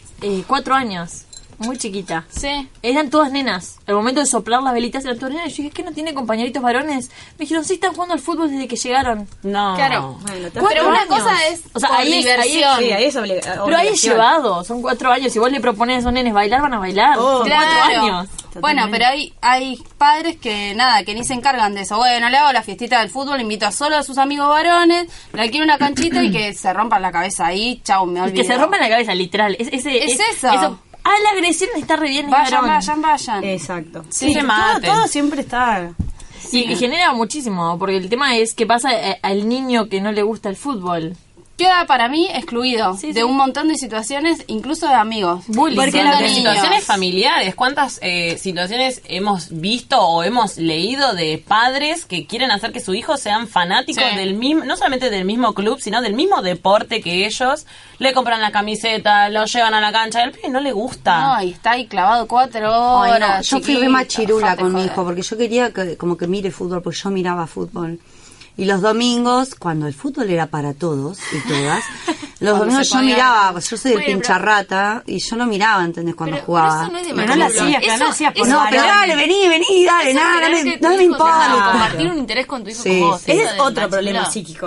4 años. Muy chiquita.
Sí.
Eran todas nenas. Al momento de soplar las velitas eran todas nenas. Yo dije, ¿es que no tiene compañeritos varones? Me dijeron, sí, están jugando al fútbol desde que llegaron.
No.
Claro.
Bueno,
pero una cosa es,
o sea,
por
ahí
diversión.
Sí, ahí es obligación.
Pero ahí es llevado. Son 4 años. Si vos le propones a esos nenes bailar, van a bailar. Son 4 años.
Bueno, pero hay padres que que ni se encargan de eso. Bueno, le hago la fiestita del fútbol, invito a solo a sus amigos varones, le alquilo una canchita y que se rompan la cabeza ahí. Chau, me olvido.
Que se rompan la cabeza, literal. Es eso. La agresión está re bien.
Vayan.
Exacto.
Sí,
todo siempre está...
Sí, y genera muchísimo, porque el tema es que pasa al niño que no le gusta el fútbol.
Queda para mí excluido de un montón de situaciones, incluso de amigos.
Bullying. Porque
las
situaciones familiares, ¿cuántas situaciones hemos visto o hemos leído de padres que quieren hacer que sus hijos sean fanáticos del mismo, no solamente del mismo club, sino del mismo deporte que ellos? Le compran la camiseta, lo llevan a la cancha, y al pibe no le gusta.
No, y está ahí clavado 4 horas.
Ay, no. Yo fui re machirula con mi hijo, porque yo quería como que mire fútbol, porque yo miraba fútbol. Y los domingos, cuando el fútbol era para todos y todas, los domingos yo miraba, yo soy del pincharrata, y yo no miraba, ¿entendés? Cuando jugaba.
Pero eso no es de
pero no lo hacías, por
no, pero dale, vení, dale, nada, no me importa.
Compartir un interés con tu hijo
Sí,
con vos.
sí.
Ese es otro problema psíquico.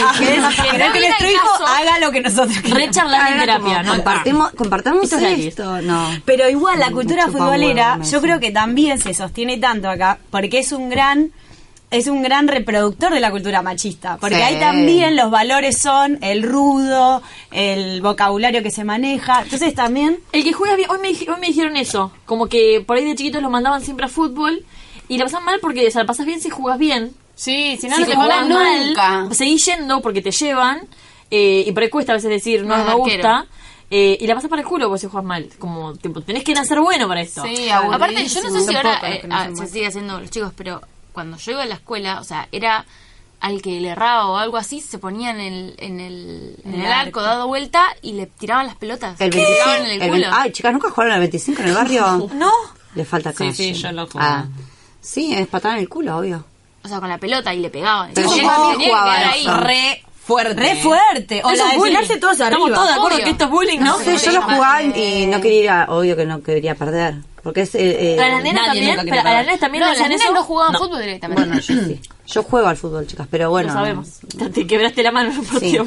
Querer que nuestro hijo haga lo que nosotros queremos.
Recharlar en terapia, ¿no?
Compartamos esto, no.
Pero igual la cultura
Chupa
futbolera,
huevo,
yo creo que también se sostiene tanto acá, porque es un gran reproductor de la cultura machista, porque ahí también los valores son el rudo, el vocabulario que se maneja, entonces también...
El que juega bien, hoy me dijeron eso, como que por ahí de chiquitos lo mandaban siempre a fútbol, y la pasan mal porque, o sea, la pasas bien si jugás bien.
Sí, si no,
Si
no te
jugás
ponen nunca.
mal, seguís yendo porque te llevan, y por ahí cuesta a veces decir, no me gusta, y la pasas para el culo porque si jugás mal, como, tipo, tenés que nacer bueno para esto.
Sí,
Aparte, yo no sé si ahora
no
se sigue haciendo los chicos, pero cuando yo iba a la escuela, o sea, era al que le erraba o algo así, se ponían en el arco dado vuelta y le tiraban las pelotas.
El 25,
en el culo.
ay, chicas, ¿nunca jugaron al 25 en el barrio?
¿No?
Le falta calle.
Sí, yo lo jugaba.
Sí, es patada en el culo, obvio.
O sea, con la pelota y le pegaban.
Pero
Entonces,
yo
tenía que
jugaba
quedar ahí.
eso.
Re fuerte. O
Eso
la
es
de
bullying.
tirarse todos arriba.
Estamos todos de acuerdo
Obvio.
que esto es bullying, ¿no?
No sé, yo lo jugaba y no quería ir obvio que no quería perder. Porque es...
Para las nenas
Nadie
también,
nunca quiere
a las nenas también
No,
le
las
hacen
nenas
eso.
no jugaban fútbol directamente.
Bueno, yo sí. Yo juego al fútbol, chicas, pero bueno.
Lo sabemos. Te quebraste la mano en un partido.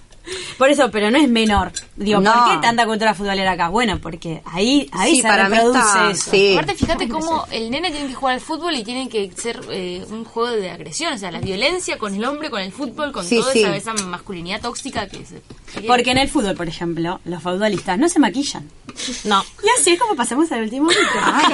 Por eso, pero no es menor. Digo,
No.
¿por qué tanta cultura futbolera acá? Bueno, porque ahí
Sí,
se
para mí
reproduce
está-
eso.
sí.
Aparte, fíjate cómo el nene tiene que jugar al fútbol y tiene que ser un juego de agresión. O sea, la violencia con el hombre, con el fútbol, con
Sí,
toda
sí.
esa masculinidad tóxica que se...
Porque en el fútbol, por ejemplo, los futbolistas no se maquillan.
No.
Y así es como pasamos al último mito.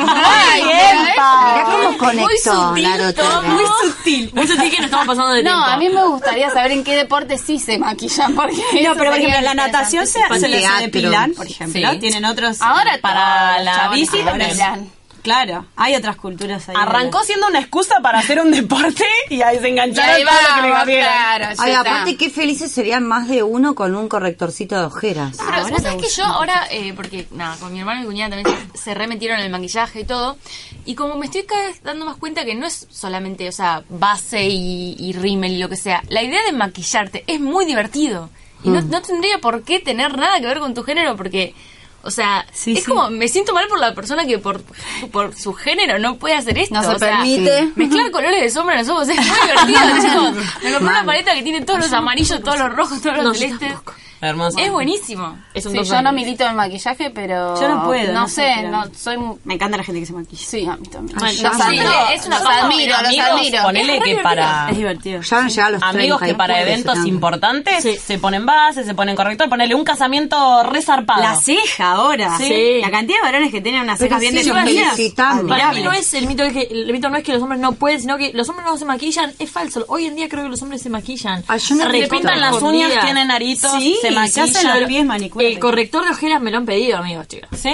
Ay, Mirá cómo conectó la otra.
Muy sutil.
Muy sutil que nos estamos pasando de
No,
tiempo.
a mí me gustaría saber en qué deporte sí se maquillan, porque
No,
eso
pero por
sería
ejemplo, la natación se les
Teatro.
depilan, por ejemplo.
Sí.
Tienen otros...
Ahora
Para
todos,
la
chabones,
bici
se
también.
depilan.
Claro, hay otras culturas ahí.
Arrancó siendo una excusa para hacer un deporte y ahí se
Y
engancharon
ahí
todo lo que le
vamos,
cambiaron.
claro, ya
Ay,
está.
aparte, qué felices serían más de uno con un correctorcito de ojeras.
Pero vos sabés que yo ahora, porque nada, con mi hermano y mi cuñada también se remetieron en el maquillaje y todo, y como me estoy cada vez dando más cuenta que no es solamente, o sea, base y rímel y lo que sea, la idea de maquillarte es muy divertido, y no tendría por qué tener nada que ver con tu género, porque... O sea,
Sí,
es
sí.
como, me siento mal por la persona que por su género no puede hacer esto.
No se
o sea,
permite.
mezclar colores de sombra en los ojos es muy divertido, chicos. Me compré una paleta que tiene todos los amarillos, todos los rojos, todos los celestes.
Hermoso.
Es buenísimo.
Es un
Sí,
dos
yo no
años.
milito en maquillaje, pero...
Yo no puedo,
No
no
sé,
sé,
no
pero-
soy...
Me encanta la gente que se maquilla.
Sí, a mí también.
Ay,
Los
ya
admiro,
no.
Es una
los
paja,
admiro, los
Amigos,
admiro.
ponele que para...
Es divertido.
Ya van a llegar a los 30.
Amigos que para
después
eventos
serán-
importantes
Sí.
se ponen bases, se ponen corrector, ponele un casamiento resarpado.
La ceja ahora.
Sí.
La cantidad de varones que tienen unas
Pero
cejas bien
sí,
definidas.
felicitamos.
Para mí no es el mito no es que los hombres no pueden, sino que los hombres no se maquillan, es falso. Hoy en día creo que los hombres se maquillan.
Ay, yo no
Se pintan las
Escondidas.
uñas, tienen aritos,
Sí,
se
se hacen
maquillan.
los pies manicura.
El corrector de ojeras me lo han pedido, amigos, chicos.
¿Sí?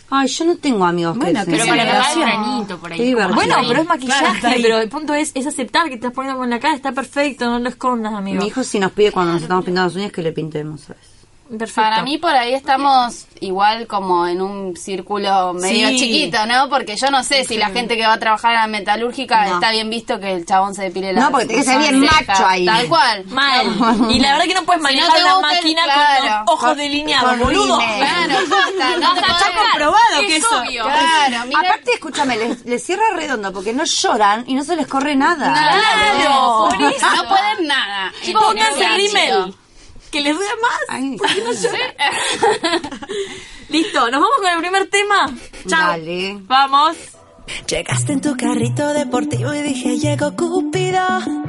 Ay, yo no tengo amigos que
pero para el granito por ahí.
Bueno, pero es maquillaje, claro, pero el punto es aceptar que te estás poniendo con la cara, está perfecto, no lo escondas, amigo.
Mi hijo sí nos pide cuando nos estamos pintando las uñas que le pintemos, ¿sabes?
Perfecto. Para mí por ahí estamos igual como en un círculo medio chiquito, ¿no? Porque yo no sé si la gente que va a trabajar en la metalúrgica está bien visto que el chabón se depile la...
No, porque tiene que ser bien macho ahí.
Tal cual.
Mal. Y la verdad que no puedes manejar la máquina con los ojos delineados, boludo.
Claro,
no está comprobado que eso.
Claro, mira.
Aparte, escúchame, les cierra redondo porque no lloran y no se les corre nada.
Claro, por eso. No pueden nada.
Chicos, pónganse rímel. Que les dura más.
Ay,
¿por qué no lloran? Listo, nos vamos con el primer tema. Chao.
Dale.
Vamos.
Llegaste en tu carrito deportivo y dije, llegó Cupido.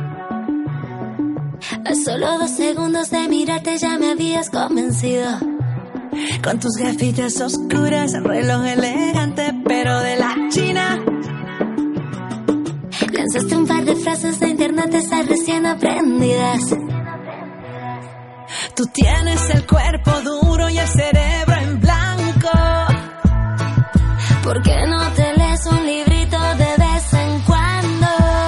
A solo 2 segundos de mirarte ya me habías convencido. Con tus gafitas oscuras, reloj elegante, pero de la China. Lanzaste un par de frases de internet, esas recién aprendidas. Tú tienes el cuerpo duro y el cerebro en blanco. ¿Por qué no te lees un librito de vez en cuando?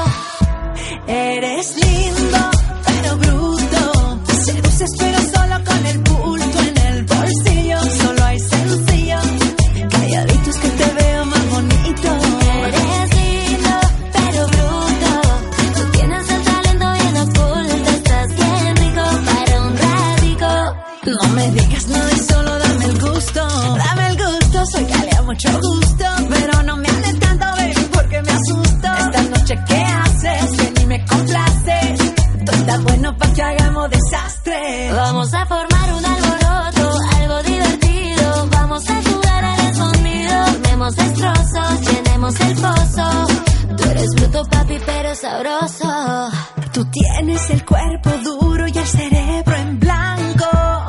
Eres lindo, pero bruto. Seduces pero solo con el bulto en el bolsillo. Solo hay sencillo, calladitos que te veo más bonito. Eres lindo, pero bruto. Tú tienes el talento bien oculto. Estás bien rico para un radico. No me digas nada y solo dame el gusto. Dame el gusto, soy Galea, mucho gusto. Pero no me hables tanto, baby, porque me asusto. Esta noche, ¿qué haces? Ven y me complaces. Tú estás bueno pa' que hagamos desastre. Vamos a formar un alboroto, algo divertido. Vamos a jugar al escondido. Armemos destrozos, llenemos el pozo. Tú eres bruto, papi, pero sabroso. Tú tienes el cuerpo duro y el cerebro en blanco.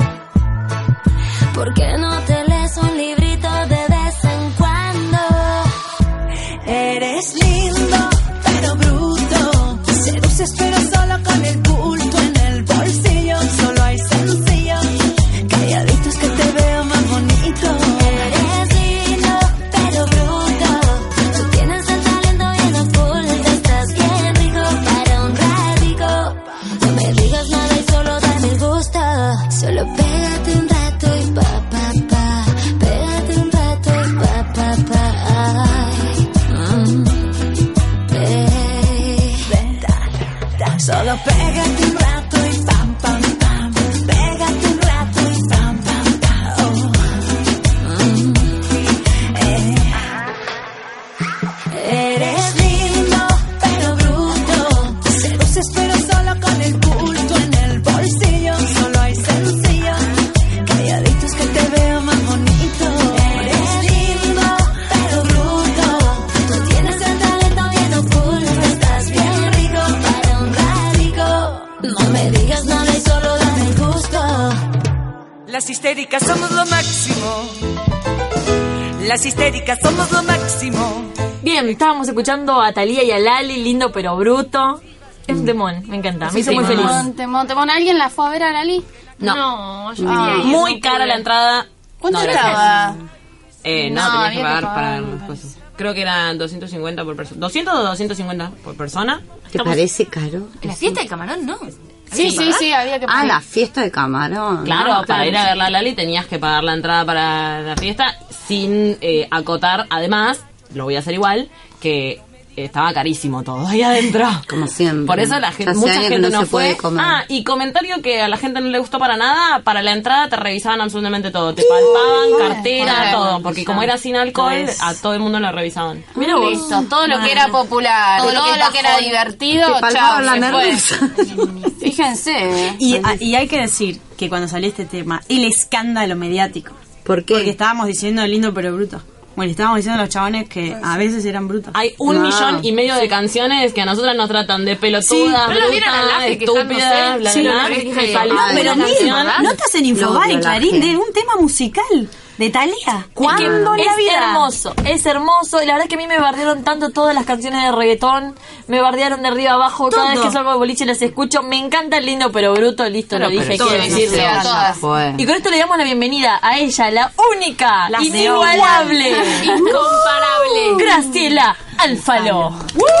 ¿Por qué no te lees un librito de vez en cuando? Eres lindo, pero bruto. Seduces pero solo con el bulto en el bolsillo. Solo hay sencillo, calladitos que te veo más bonito. Eres lindo, pero bruto. Tú tienes el talento bien oculto. Estás bien rico para un radico. No me digas nada y solo dame el gusto. Solo pégate un rato y pa, pa, pa. Pégate un rato y pa, pa, pa. Solo pégate un rato y pam, pam, pam. Pégate un rato y pam, pam, pam. Eres lindo, pero bruto. Seduces pero solo con el bulto en el bolsillo. Solo hay sencillo, calladitos que te veo más bonito. Eres lindo, pero bruto. Tú tienes el talento bien oculto. Estás bien rico para un radico. No me digas nada y solo dame el gusto.
Las histéricas somos lo máximo. Las histéricas somos lo máximo.
Bien, estábamos escuchando a Thalía y a Lali, lindo pero bruto. Es un temón, me encanta, me hizo muy feliz.
Temón. ¿Alguien la fue a ver a Lali?
No, yo
quería ir. Muy cara la entrada.
¿Cuánto estaba?
No, tenías que pagar para las cosas. Creo que eran 250 por persona. 200 o 250 por persona.
¿Te parece caro?
¿La fiesta del camarón no?
Sí, había que pagar.
Ah, la fiesta de camarón.
Claro, para ir a ver a Lali tenías que pagar la entrada para la fiesta sin acotar, además, lo voy a hacer igual, que estaba carísimo todo ahí adentro.
Como siempre.
Por eso la gente, mucha gente no fue. Y comentario que a la gente no le gustó para nada, para la entrada te revisaban absolutamente todo. Te palpaban, cartera, todo. Porque como era sin alcohol, a todo el mundo lo revisaban.
Mira vos. Listo, todo lo que era popular, todo lo que era divertido, chao, se fue. Fíjense.
Y hay que decir que cuando salió este tema, el escándalo mediático.
¿Por qué?
Porque estábamos diciendo lindo pero bruto. Bueno, estábamos diciendo a los chabones que a veces eran brutos.
Hay 1,5 millones de canciones que a nosotras nos tratan de pelotudas, brutas, estúpidas, bla, bla, bla.
Pero mira, notas en Infobae, Clarín, de un tema musical ¿De Thalía?
¿Cuándo en la vida? Es hermoso. Y la verdad es que a mí me bardearon tanto todas las canciones de reggaetón. Me bardearon de arriba abajo.
Todo.
Cada vez que salgo de boliche las escucho. Me encanta el lindo pero bruto. Listo, lo dije, quiero decirlo. Y con esto le damos la bienvenida a ella, la única, inigualable,
incomparable,
Graciela Alfalo.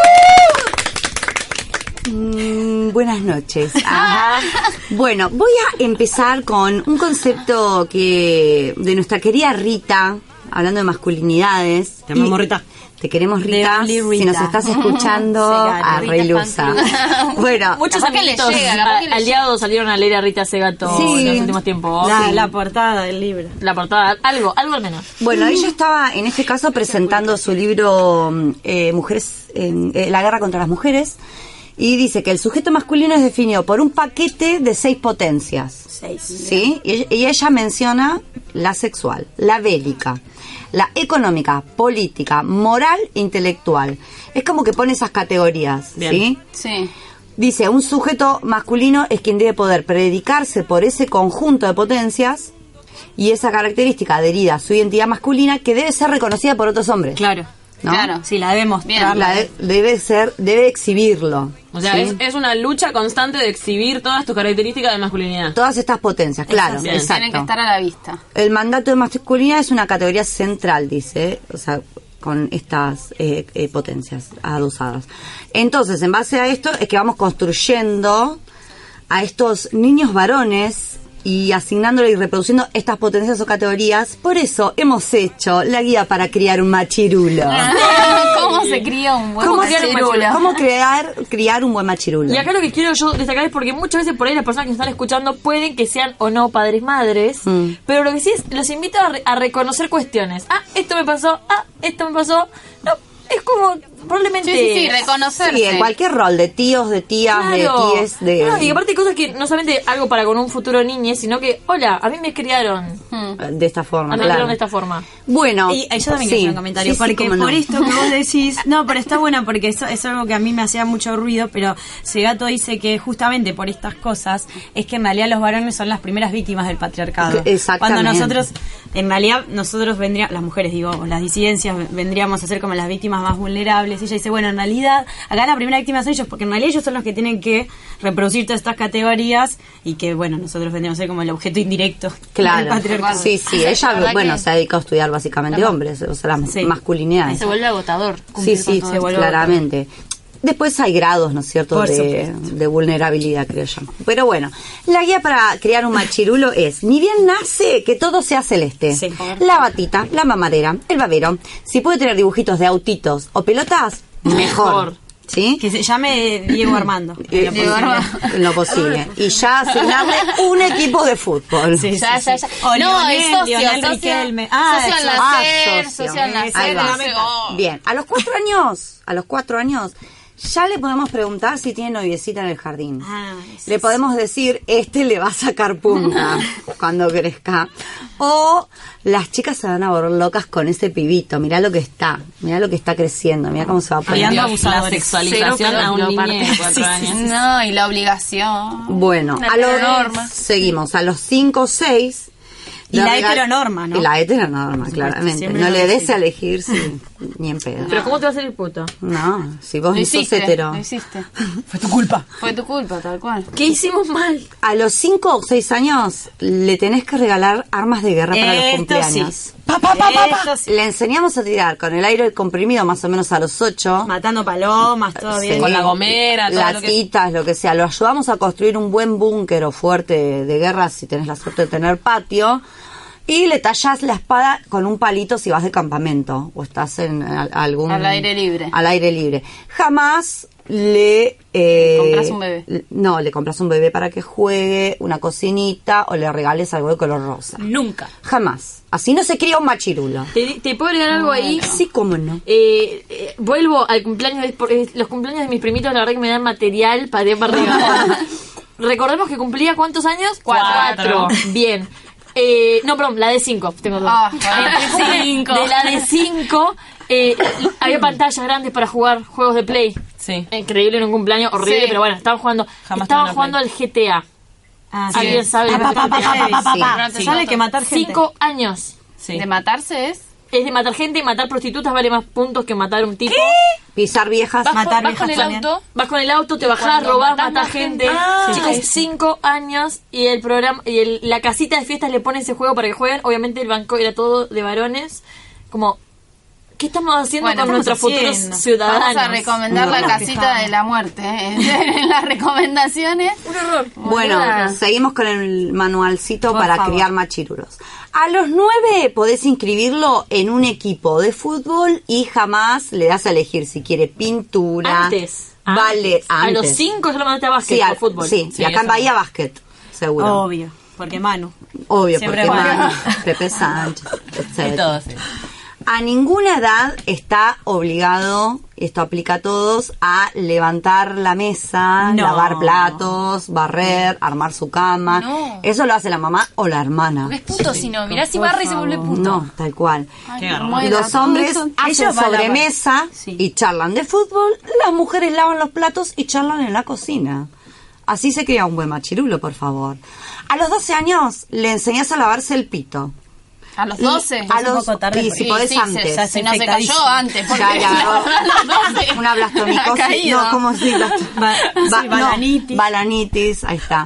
Buenas noches. Bueno, voy a empezar con un concepto que de nuestra querida Rita, hablando de masculinidades.
Te amamos, Rita.
Te queremos, Rita. Si nos estás escuchando, a Reilusa. Bueno,
muchos amiguitos aliados salieron a leer a Rita Segato en los últimos tiempos.
La portada del libro.
La portada, algo al menos.
Bueno, ella estaba en este caso presentando su libro Mujeres la guerra contra las mujeres. Y dice que el sujeto masculino es definido por un paquete de 6 potencias. 6. ¿Sí? Y ella menciona la sexual, la bélica, la económica, política, moral e intelectual. Es como que pone esas categorías. ¿Sí?
Sí.
Dice, un sujeto masculino es quien debe poder predicarse por ese conjunto de potencias y esa característica adherida a su identidad masculina que debe ser reconocida por otros hombres.
Claro.
¿No?
Claro, sí, la debe mostrar.
Debe exhibirlo.
O sea, ¿sí? es una lucha constante de exhibir todas tus características de masculinidad.
Todas estas potencias, claro. Exacto.
Tienen que estar a la vista.
El mandato de masculinidad es una categoría central, dice, o sea, con estas potencias adosadas. Entonces, en base a esto, es que vamos construyendo a estos niños varones y asignándole y reproduciendo estas potencias o categorías. Por eso hemos hecho la guía para criar un machirulo.
¿Cómo se cría un buen machirulo?
¿Cómo criar un buen machirulo?
Y acá lo que quiero yo destacar es porque muchas veces por ahí las personas que nos están escuchando pueden que sean o no padres madres, pero lo que sí es, los invito a reconocer cuestiones. Esto me pasó, no, es como probablemente
sí, reconocerse.
Sí, en cualquier rol, de tíos, de tías,
claro.
de tíes, de...
No, y aparte hay cosas que no solamente algo para con un futuro niñe, sino que, hola, a mí me criaron
de esta forma,
me criaron de esta forma.
Bueno,
y yo también quiero hacer un comentario, porque por esto que vos decís, no, pero está bueno porque eso es algo que a mí me hacía mucho ruido, pero Segato dice que justamente por estas cosas es que en realidad los varones son las primeras víctimas del patriarcado.
Exactamente.
Cuando en realidad nosotros vendríamos, las mujeres digo, o las disidencias vendríamos a ser como las víctimas más vulnerables. Ella dice, bueno, en realidad acá la primera víctima son ellos, porque en realidad ellos son los que tienen que reproducir todas estas categorías y que, bueno, nosotros vendríamos a ser como el objeto indirecto del patriarcado.
Sí, ella, bueno, se ha dedicado a estudiar básicamente hombres, o sea, las masculinidades.
Se vuelve agotador.
Sí, se vuelve claramente. Después hay grados, ¿no es cierto?, de vulnerabilidad, creo yo. Pero bueno, la guía para criar un machirulo es, ni bien nace, que todo sea celeste. Sí. La batita, la mamadera, el babero. Si puede tener dibujitos de autitos o pelotas, mejor. ¿Sí?
Que se llame Diego Armando.
En lo posible. Y ya asignarle un equipo de fútbol.
Sí, ya.
O
no,
Lionel,
el socio.
Lionel Riquelme.
Socio al nacer.
Bien, a los 4 años, ya le podemos preguntar si tiene noviecita en el jardín. Le podemos decir, le va a sacar punta cuando crezca. O las chicas se van a volver locas con ese pibito. Mirá lo que está creciendo, mirá cómo se va a poner.
La sexualización a un niño de 4 años.
No, y la obligación.
Bueno, seguimos, a los 5 o 6.
Y la heteronorma, ¿no?
Y la heteronorma, claramente. No le des a elegir ni en pedo.
Pero ¿cómo te va a salir puto?
No, si vos no sos hetero.
No hiciste.
Fue tu culpa.
Fue tu culpa, tal cual.
¿Qué hicimos mal?
A los 5 o 6 años le tenés que regalar armas de guerra para los cumpleaños.
Sí.
Le enseñamos a tirar con el aire comprimido más o menos a los 8.
Matando palomas, todo bien.
Con la gomera, todo
latitas, lo que sea. Lo ayudamos a construir un buen búnker o fuerte de guerra si tenés la suerte de tener patio. Y le tallas la espada con un palito si vas de campamento o estás en algún...
Al aire libre.
Al aire libre. Jamás le...
¿Compras un bebé?
No, le compras un bebé para que juegue, una cocinita o le regales algo de color rosa.
Nunca.
Jamás. Así no se cría un machirulo.
¿Te puedo agregar algo ahí?
Sí, cómo no.
Vuelvo al cumpleaños. Los cumpleaños de mis primitos, la verdad que me dan material para arriba. Recordemos que cumplía ¿cuántos años? 4. Bien. No, perdón, la de 5. Tengo dos. De la de 5 había pantallas grandes para jugar juegos de Play.
Sí.
Increíble en un cumpleaños, horrible, pero bueno, estaban jugando al GTA. ¿Alguien sabe?
Sale que matar gente.
5 años.
de matarse es
de matar gente, y matar prostitutas vale más puntos que matar un tipo.
Pisar viejas,
matar
vas con
viejas
el
también.
auto.
Vas con el auto, te bajás,
cuando
robás,
matás
matás
más
gente.
gente.
Chicos, 5 años y el programa y la casita de fiestas le pone ese juego para que jueguen. Obviamente el banco era todo de varones. Como, ¿qué estamos haciendo con nuestros futuros ciudadanos?
Vamos a recomendar la casita de la muerte en las recomendaciones.
Un horror.
Bueno, seguimos con el manualcito para criar machirulos. A los 9 podés inscribirlo en un equipo de fútbol y jamás le das a elegir si quiere pintura, ballet.
A los 5 ya lo mandaste a básquet o fútbol.
Sí, y acá en Bahía básquet, seguro.
Obvio, porque Manu.
Obvio,
Siempre
porque
Manu.
Manu, Pepe Sánchez, etc.
Y todo, sí.
A ninguna edad está obligado, esto aplica a todos, a levantar la mesa,
No.
lavar platos, barrer, armar su cama.
No.
Eso lo hace la mamá o la hermana.
Porque es puto, si no, mirá si barra y se vuelve puto.
No, tal cual.
Qué
Y
garrón.
los hombres hacen
Ellos van a
sobremesa
Sí.
y charlan de fútbol, las mujeres lavan los platos y charlan en la cocina. Así se crea un buen machirulo, por favor. A los 12 años le enseñás a lavarse el pito.
A los 12.
A
Es un
los,
poco tarde,
y
porque-
si podés
Sí,
antes.
ya
Si no se cayó
infectadísimo.
antes. Porque
Ya le agarró
a los 12.
una blastomicosis.
Ha caído.
No, ¿cómo se
Sí, balanitis.
balanitis, ahí está.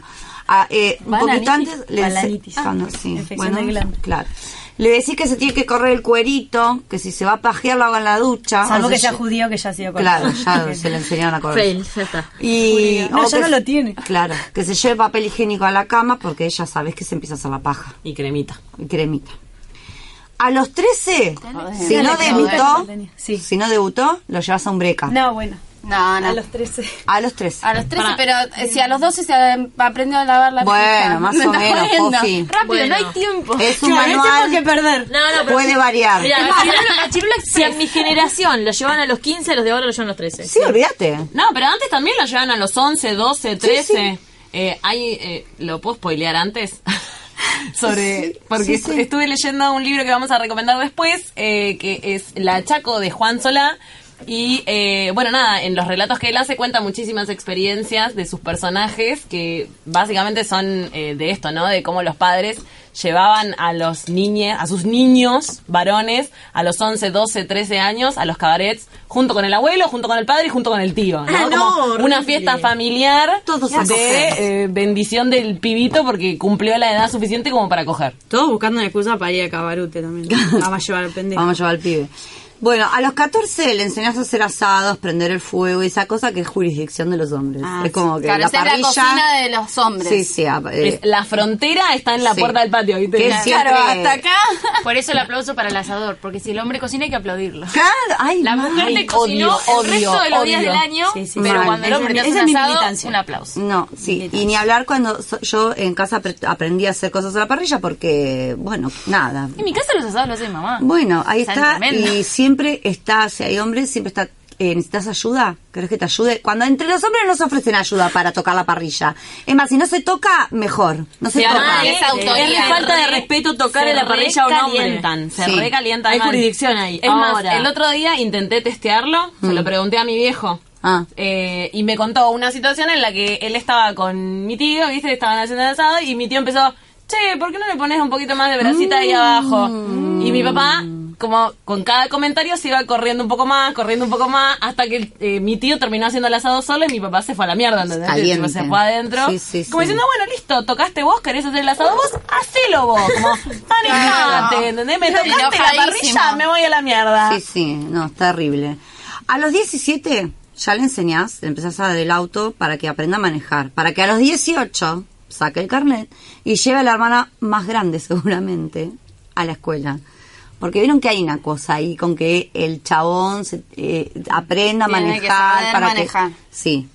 Un poquito antes le
Balanitis.
sí,
Infección del glande.
claro. Le decís que se tiene que correr el cuerito, que si se va a pajear lo haga en la ducha.
Salvo
o
que
sea,
sea judío, que ya ha sido con
Claro, ya se le enseñaron a correr.
Fail, ya está.
Y,
No,
o
ya
que
no lo tiene.
Claro, que se lleve papel higiénico a la cama porque ya sabes que se empieza a hacer la paja.
Y cremita.
Y cremita. A los 13, si
Dale,
no
joder.
debutó,
Sí.
si no debutó, lo llevas a un breca.
No, bueno.
No, no.
A los 13.
A los 13.
A los 13, pero si a los 12 se aprendió a lavar la
Bueno,
pija.
más
Me
o
estás
menos,
jodiendo.
Fofi.
Rápido,
Bueno.
no hay tiempo.
Es un
Claro, no
manual,
tengo que perder.
No, pero
puede variar.
Mira,
Machirulo
si a mi generación lo llevan a los 15, los de ahora lo llevan a los 13.
Sí, olvídate.
No, pero antes también lo llevan a los 11, 12, 13. ¿Lo puedo spoilear antes? Porque estuve leyendo un libro que vamos a recomendar después, que es La Chaco de Juan Solá. Y bueno, nada, en los relatos que él hace cuenta muchísimas experiencias de sus personajes que básicamente son de esto, ¿no? De cómo los padres llevaban a los a sus niños varones a los 11, 12, 13 años a los cabarets junto con el abuelo, junto con el padre y junto con el tío, ¿no?
Ah, no,
Como
horrible.
una fiesta familiar
Todos a coger.
de bendición del pibito porque cumplió la edad suficiente como para coger.
Todos buscando una excusa para ir a Cabarute también. Vamos a llevar al pendejo.
Vamos a llevar al pibe. Bueno, a los 14 le enseñás a hacer asados, prender el fuego y esa cosa que es jurisdicción de los hombres.
Ah,
es como que
Claro,
la
esa es la
parrilla...
cocina de los hombres.
Sí, sí.
La frontera está en la
Sí.
puerta del patio, ¿viste?
Que
Claro.
siempre-
Claro, hasta acá.
Por eso el aplauso para el asador, porque si el hombre cocina hay que aplaudirlo.
Claro, ay,
La
mal.
mujer te cocinó
odio,
el resto de los días
odio.
del año,
Sí, sí,
pero
mal.
cuando el hombre te hace
Esa
un
es mi
asado,
militancia.
un aplauso.
No, sí, y ni hablar cuando yo en casa aprendí a hacer cosas a la parrilla porque, bueno, nada.
En mi casa los asados los hace mi mamá.
Bueno, ahí
Está
está,
tremendo.
y siempre está, si hay hombres, siempre está, ¿necesitas ayuda? ¿Querés que te ayude? Cuando entre los hombres no se ofrecen ayuda para tocar la parrilla. Es más, si no se toca, mejor, no se
Sí,
toca.
además,
esa autoría.
es
falta de respeto tocarle la parrilla a un hombre.
recalientan, se
Sí.
recalientan.
Hay
mal.
jurisdicción ahí.
Es más,
Ahora.
el otro día intenté testearlo, se lo pregunté a mi viejo.
Ah.
Y me contó una situación en la que él estaba con mi tío, ¿viste? Estaban haciendo el asado y mi tío empezó, che, ¿por qué no le pones un poquito más de brasita ahí abajo? Y mi papá, como con cada comentario, se iba corriendo un poco más, hasta que mi tío terminó haciendo el asado solo y mi papá se fue a la mierda, ¿entendés?
Caliente.
Se fue adentro.
Sí, sí,
como
sí.
diciendo, bueno, listo, tocaste vos, querés hacer el asado vos, hacelo vos. Como, manejate, ¿entendés? Me tocaste la
Enojadísimo.
parrilla, me voy a la mierda.
Sí, sí, no, es terrible. A los 17 ya le enseñás, le empezás a dar el auto para que aprenda a manejar. Para que a los 18 saque el carnet y lleve a la hermana más grande seguramente a la escuela. Porque vieron que hay una cosa ahí con que el chabón aprenda a
Tiene que
manejar.
saber
para
manejar.
Sí.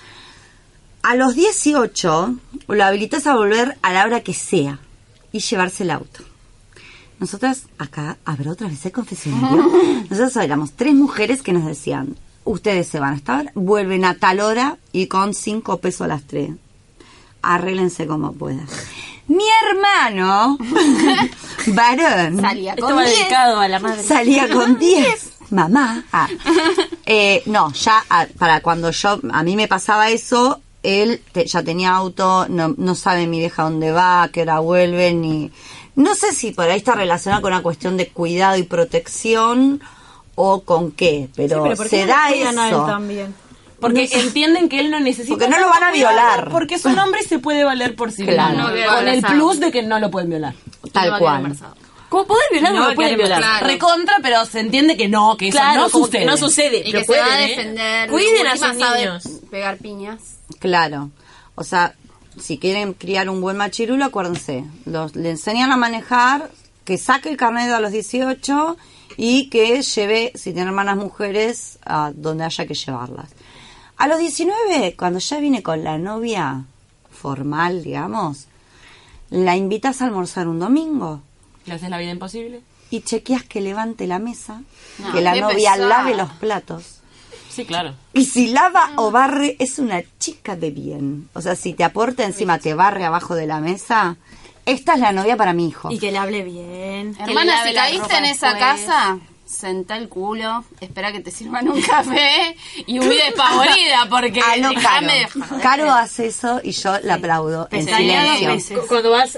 A los 18 lo habilitas a volver a la hora que sea y llevarse el auto. Nosotras, acá, ¿habrá otra vez el confesionario? Nosotros éramos 3 mujeres que nos decían, ustedes se van a estar, vuelven a tal hora y con 5 pesos las 3. Arréglense como puedan. Mi hermano, varón,
Salía
Esto
con
va
10.
dedicado a la madre.
salía con 10. Mamá. No, ya para cuando a mí me pasaba eso, él ya tenía auto, no sabe mi vieja dónde va, a qué hora vuelve, No sé si por ahí está relacionado con una cuestión de cuidado y protección o con qué, pero
¿por qué
se
no
da
cuidan a él
eso.
también?
Porque entienden que él no necesita...
Porque no lo van a violar.
Porque es un hombre y se puede valer por sí
Claro.
mismo.
No
queda
Con el
embarazado.
plus de que no lo pueden violar.
Tal cual.
Como poder violar no, lo pueden violar.
Claro.
Recontra, pero se entiende que no, que eso
Claro,
no
como
sucede.
que no sucede.
Y
pero
que se va a
pueden,
defender.
Cuiden a
Última
sus
sabe
niños.
pegar piñas.
Claro. O sea, si quieren criar un buen machirulo, acuérdense, le enseñan a manejar, que saque el carnet a los 18 y que lleve, si tiene hermanas mujeres, a donde haya que llevarlas. A los 19, cuando ya viene con la novia formal, digamos, la invitas a almorzar un domingo
¿Le haces la vida imposible?
y chequeas que levante la mesa,
No,
que la
qué
novia
pesada.
lave los platos.
Sí, claro.
Y si lava o barre, es una chica de bien. O sea, si te aporta encima, te barre abajo de la mesa, esta es la novia para mi hijo.
Y que le hable bien.
Hermana,
lave
si
la
caíste
ropa
en esa
después.
casa, sentá el culo, espera que te sirvan un café y huí despavorida porque
Ah, no, Caro.
déjame de joder.
Caro hace eso y yo la aplaudo en
Pestañeado
silencio.
veces.
Cuando vas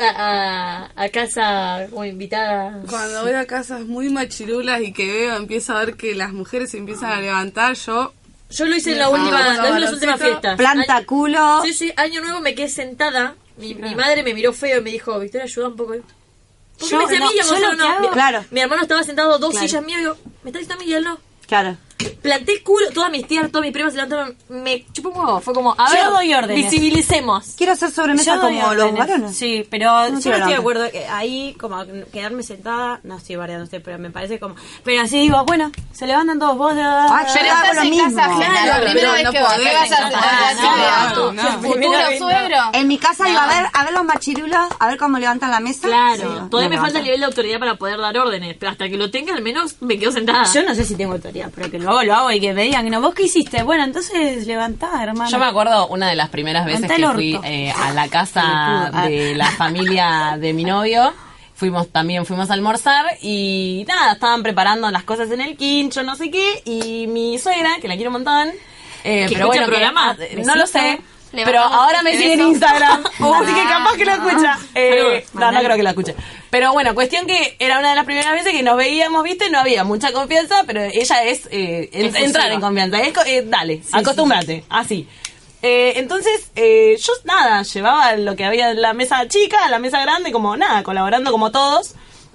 a casa o invitada.
Cuando voy a casas muy machirulas y que veo, empiezo a ver que las mujeres se empiezan a levantar, yo
lo hice en la última, en las últimas fiestas.
Planta culo.
Sí, sí, año nuevo me quedé sentada. Mi madre me miró feo y me dijo, Victoria, ayuda un poco. ¿Por qué
Yo-
me decía a mí y a
yo
Gonzalo
lo que
no?
hago-
Claro.
Mi hermano estaba sentado dos
Claro.
sillas mías y yo, me está diciendo a mí y él no.
Claro.
Planté el culo, todas mis tías, todas mis primas se levantaron, me chupó un huevo. Fue como, a
Yo
ver,
doy órdenes.
visibilicemos.
Quiero hacer sobremesa
Yo doy
como los
órdenes.
varones.
Sí, pero
No
yo no
quiero
estoy de
levantar.
acuerdo que ahí como quedarme sentada, no estoy bardeando, pero me parece como, pero así digo, bueno, se levantan todos vos.
Ay, yo
Pero
hago
estás
lo
en
mismo.
casa ajena, la primera
pero
vez
no
que vas,
podés
¿qué vas a
en
hacer?
casa.
¿A tu
No.
futuro suegro?
En mi casa iba a ver los machirulos, a ver cómo levantan la mesa.
Claro,
Sí,
todavía me
no
falta
levanta.
el nivel de autoridad para poder dar órdenes, pero hasta que lo tenga al menos me quedo sentada.
Yo no sé si tengo autoridad, pero que lo hago y que me digan que no, ¿vos qué hiciste? Bueno, entonces levantá, hermano.
Yo me acuerdo una de las primeras veces
Levantá el
que fui
orto.
a la casa de la familia de mi novio. Fuimos a almorzar y nada, estaban preparando las cosas en el quincho, no sé qué, y mi suegra, que la quiero un montón, pero
escucha
bueno,
el programa?
no lo sé, pero
Levantamos
ahora me
este
sigue en
beso.
Instagram, así que capaz que lo escucha. No creo que la escuche. Pero bueno, cuestión que era una de las primeras veces que nos veíamos, viste, no había mucha confianza, pero ella es entrar en confianza, dale, acostúmbrate, así. Entonces, yo nada, llevaba lo que había en la mesa chica, a la mesa grande, como nada, colaborando como todos.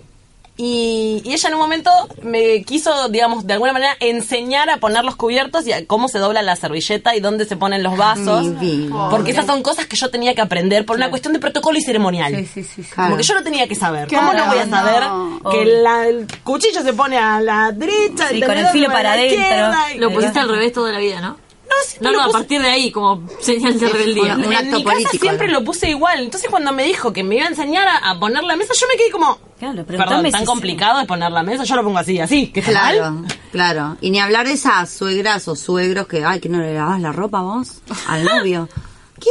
Y ella en un momento me quiso, digamos, de alguna manera enseñar a poner los cubiertos y a cómo se dobla la servilleta y dónde se ponen los vasos.
Mi vida.
Porque esas son cosas que yo tenía que aprender por una cuestión de protocolo y ceremonial. Como que yo lo tenía que saber. ¿Cómo no voy a saber que el cuchillo se pone a la derecha?
Sí,
el
con el
tenedor
filo
se pone a
para
la
adentro.
izquierda, y-
Lo pusiste al revés toda la vida, ¿no? No, a partir de ahí, como señal de rebeldía.
Un
En
acto
mi casa
político,
siempre
¿no?
lo puse igual. Entonces cuando me dijo que me iba a enseñar a poner la mesa, yo me quedé como...
Claro,
Perdón,
preguntame
tan
si
complicado es poner la mesa. Yo lo pongo así, que está mal.
Claro, claro. Y ni hablar de esas suegras o suegros que, ay, que no le lavas la ropa vos al novio. ¿Qué?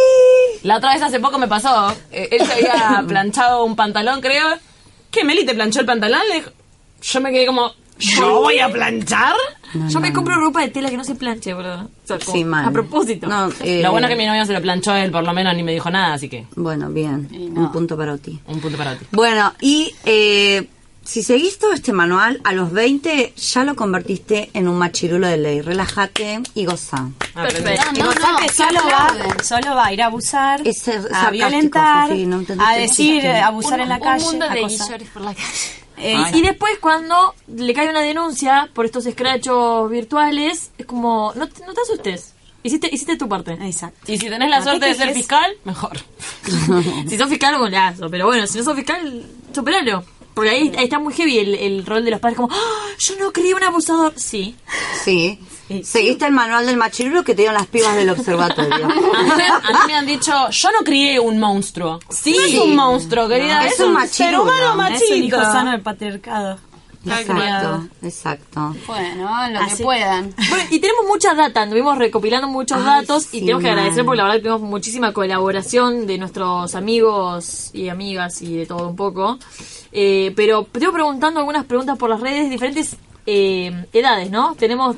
La otra vez hace poco me pasó, él se había planchado un pantalón, creo. ¿Qué, Meli, te planchó el pantalón? Le dijo, yo me quedé como, ¿yo voy a planchar?
Yo me compro ropa de tela que no se planche, bro. O sea, como
Sí, mal.
a propósito.
No,
Lo bueno es que mi novio se lo planchó él, por lo menos ni me dijo nada, así que
Bueno, bien. Un punto para ti.
un punto para ti.
Bueno, y si seguís todo este manual, a los 20 ya lo convertiste en un machirulo de ley. Relájate y goza.
Perfecto.
Y vos sabés que solo va a ir a abusar,
Es sarcástico,
a violentar,
Sofi, no entendiste
a decir,
nada.
abusar en la
Un
calle,
mundo de
acosar.
guillores por la calle.
Ay.
Y después cuando le cae una denuncia por estos escrachos virtuales, es como, no te asustes. Hiciste tu parte.
Exacto.
Y si tenés la
¿A
suerte
qué
de ser
quejes?
fiscal, mejor.
Si sos fiscal, golazo. Pero bueno, si no sos fiscal, superalo. Porque ahí está muy heavy el rol de los padres, como, ¡ah! Yo no creí un abusador. Sí.
Sí. Seguiste el manual del machirulo que te dieron las pibas del observatorio.
A mí me han dicho, yo no crié un monstruo. Sí, no es un monstruo, querida.
No,
es
es un
un ser
machirulo.
humano
Es un hijo
machito.
sano del patriarcado.
Exacto, exacto.
Bueno, lo
Así.
que puedan.
Bueno, y tenemos mucha data, anduvimos recopilando muchos
Ay,
datos
sí,
y tenemos que
mal.
agradecer porque la verdad que tuvimos muchísima colaboración de nuestros amigos y amigas y de todo un poco. Pero te iba preguntando algunas preguntas por las redes, diferentes edades, ¿no?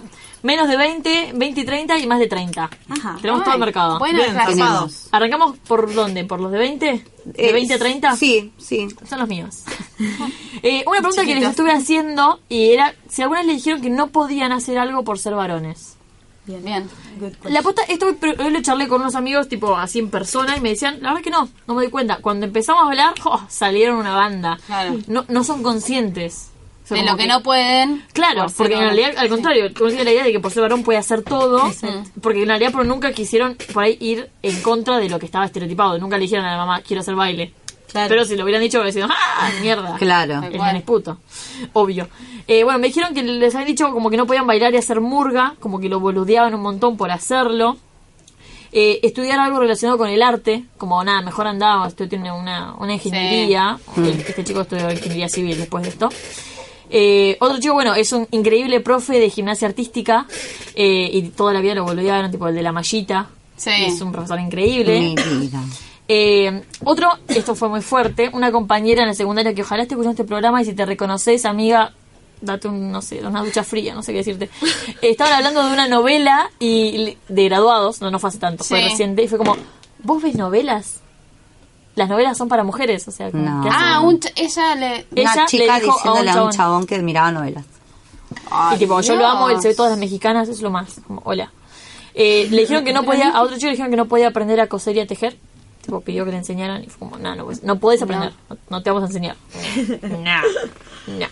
Menos de 20, 20 y 30 y más de 30.
Ajá.
Tenemos todo el mercado.
Bueno,
Tenemos.
¿Arrancamos por dónde? ¿Por los de 20? ¿De 20 a 30?
Sí.
Son los míos. Una pregunta que les estuve haciendo y era si algunas le dijeron que no podían hacer algo por ser varones.
Bien.
La posta, esto hoy lo charlé con unos amigos, tipo así en persona, y me decían, la verdad que no me doy cuenta. Cuando empezamos a hablar, salieron una banda.
Claro.
No son conscientes. O sea,
De
como
lo que no pueden.
Claro,
por ser
porque en
varón.
realidad, al contrario, consigue la idea de que por ser varón puede hacer todo, porque en realidad nunca quisieron por ahí ir en contra de lo que estaba estereotipado. Nunca le dijeron a la mamá, quiero hacer baile.
Claro.
Pero si lo hubieran dicho, hubiera sido, ¡ah, mierda!
Claro.
El nene es puto. Obvio. Bueno, me dijeron que les habían dicho como que no podían bailar y hacer murga, como que lo boludeaban un montón por hacerlo. Estudiar algo relacionado con el arte, como nada, mejor andaba, esto tiene una ingeniería. Este chico estudió ingeniería civil después de esto. Otro chico, bueno, es un increíble profe de gimnasia artística y toda la vida lo boludearon, tipo el de la mallita.
Sí.
Es un profesor increíble.
Mi vida.
Otro, esto fue muy fuerte, una compañera en la secundaria que ojalá esté escuchando este programa y si te reconoces, amiga, date una ducha fría, no sé qué decirte. Estaban hablando de una novela y de graduados, no fue hace tanto, fue reciente, y fue como, ¿vos ves novelas? Las novelas son para mujeres, o sea,
No.
¿qué hacen?
Una chica
le dijo
diciéndole a un chabón que miraba novelas.
Y tipo, yo lo amo, él se ve todas las mexicanas, es lo más, como, hola. Le dijeron que no podía, a otro chico le dijeron que no podía aprender a coser y a tejer. Tipo, pidió que le enseñaran y fue como, no puedes aprender, no te vamos a enseñar. No.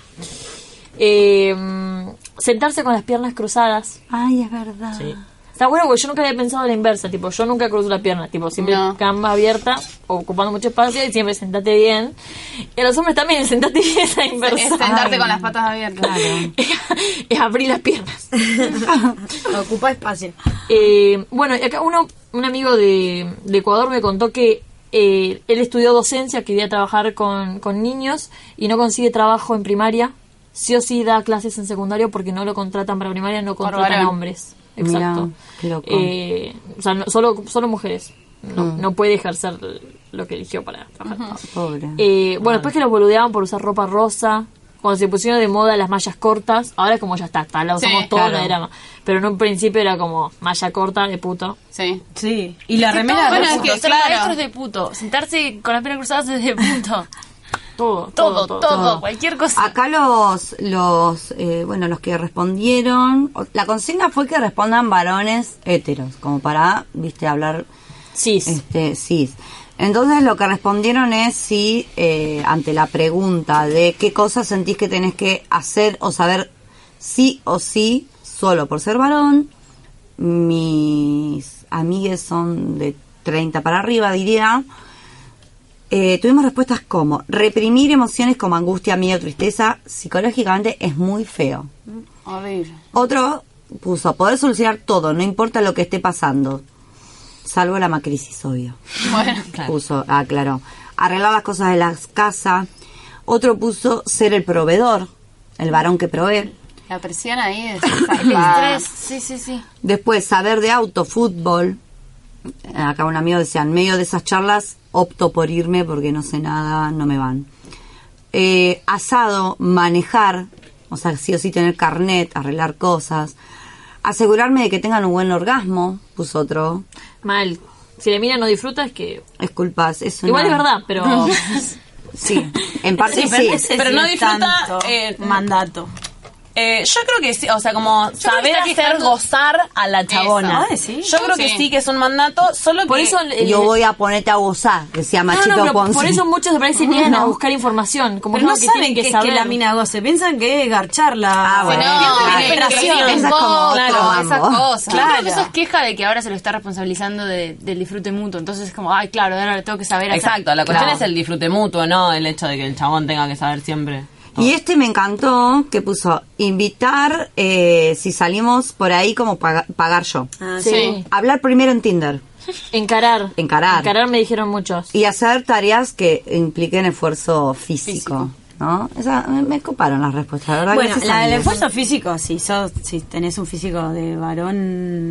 Sentarse con las piernas cruzadas.
Ay, es verdad.
Sí. Está bueno porque yo nunca había pensado a la inversa, tipo, yo nunca cruzo la pierna, tipo, siempre cama abierta, ocupando mucho espacio y siempre sentate bien. Y a los hombres también, sentate bien es la inversa.
Es sentarte con las patas abiertas.
Claro.
Es abrir las piernas.
Ocupa espacio.
Bueno, y acá un amigo de Ecuador me contó que él estudió docencia, quería trabajar con niños y no consigue trabajo en primaria. Sí o sí da clases en secundario porque no lo contratan para primaria, no contratan a hombres. Exacto.
Mirá, qué loco.
O sea, solo mujeres. No puede ejercer lo que eligió para trabajar.
Pobre.
Bueno, después que los boludeaban por usar ropa rosa, cuando se pusieron de moda las mallas cortas, ahora es como ya está, la usamos toda la era. Pero en un principio era como malla corta de puto.
Sí.
Y la remera
Bueno,
de
es que
puto,
ser
claro.
maestro es de puto. Sentarse con las piernas cruzadas es de puto.
Todo.
Cualquier cosa.
Acá los que respondieron, la consigna fue que respondan varones héteros, como para, hablar
cis.
Cis. Entonces lo que respondieron es si, ante la pregunta de qué cosas sentís que tenés que hacer o saber sí o sí, solo por ser varón, mis amigues son de 30 para arriba, diría. Tuvimos respuestas como reprimir emociones como angustia, miedo, tristeza, psicológicamente es muy feo.
A ver.
Otro puso poder solucionar todo, no importa lo que esté pasando, salvo la macrisis, obvio.
Bueno,
Puso, aclaró, arreglar las cosas de la casa. Otro puso ser el proveedor, el varón que provee.
la presión ahí es
El estrés, sí.
Después saber de auto, fútbol. Acá un amigo decía, en medio de esas charlas opto por irme porque no sé nada, no me van. Asado, manejar, o sea, sí o sí tener carnet, arreglar cosas. Asegurarme de que tengan un buen orgasmo, puso otro.
Mal. Si la mina no disfruta es que...
Es culpa, es una...
Igual es verdad, pero...
Sí, en parte sí.
Pero no disfruta...
mandato.
Yo creo que sí, o sea, como saber hacer gozar a la chabona. Yo creo que sí, que es un mandato, solo
por
que...
eso
yo voy a ponerte a gozar, decía Machito
pero
Ponce.
por eso muchos se parece que iban a buscar información, como
pero no
que
saben
tienen que saber.
que la mina goce, piensan que es garcharla.
Ah, bueno.
Esa
es como otro
esas
mambo.
cosas.
Claro.
Yo creo que eso es queja de que ahora se lo está responsabilizando del disfrute mutuo. Entonces es como, ay, claro, ahora lo tengo que saber hacer.
Exacto, la cuestión es el disfrute mutuo, no el hecho de que el chabón tenga que saber siempre.
Y me encantó, que puso invitar, si salimos por ahí, como pagar yo.
Sí.
Hablar primero en Tinder.
Encarar me dijeron muchos.
Y hacer tareas que impliquen esfuerzo físico. ¿No? Me coparon las respuestas, la verdad.
Bueno,
que
la del esfuerzo físico, si tenés un físico de varón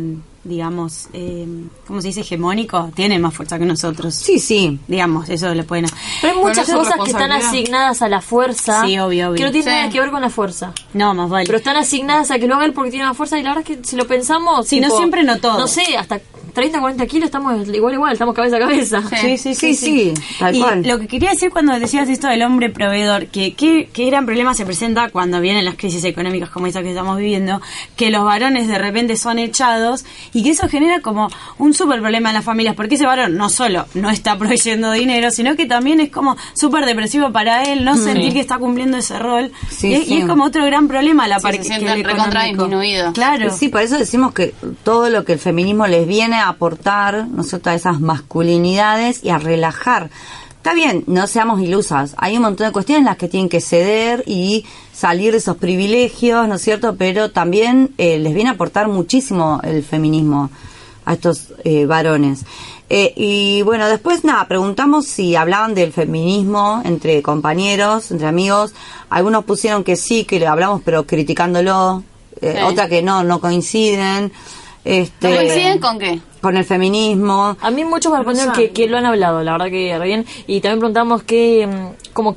digamos, ¿cómo se dice? Hegemónico, tienen más fuerza que nosotros.
Sí.
Digamos, eso le pueden...
Pero hay muchas cosas que están asignadas a la fuerza.
Sí, obvio.
Que no tienen nada que ver con la fuerza.
No, más vale.
Pero están asignadas a que lo haga él porque tiene más fuerza y la verdad es que si lo pensamos...
Sí, tipo, no siempre, no todo.
No sé, hasta 30, 40 kilos estamos igual, estamos cabeza a cabeza.
Sí, tal cual.
Y lo que quería decir cuando decías esto del hombre proveedor, que gran problema se presenta cuando vienen las crisis económicas como esa que estamos viviendo, que los varones de repente son echados y que eso genera como un súper problema en las familias, porque ese varón no solo no está proveyendo dinero, sino que también es como súper depresivo para él no sentir que está cumpliendo ese rol. Y es como otro gran problema la parte
se sienten recontra disminuidos.
Claro.
Sí, por eso decimos que todo lo que el feminismo les viene a aportar, ¿no es cierto?, a esas masculinidades y a relajar. Está bien, no seamos ilusas. Hay un montón de cuestiones en las que tienen que ceder y salir de esos privilegios, ¿no es cierto? Pero también les viene a aportar muchísimo el feminismo a estos varones. Y bueno, después preguntamos si hablaban del feminismo entre compañeros, entre amigos. Algunos pusieron que sí, que le hablamos, pero criticándolo. Otra que no coinciden.
¿No coinciden con qué?
Con el feminismo.
A mí muchos me respondieron que lo han hablado, la verdad que re bien. Y también preguntamos en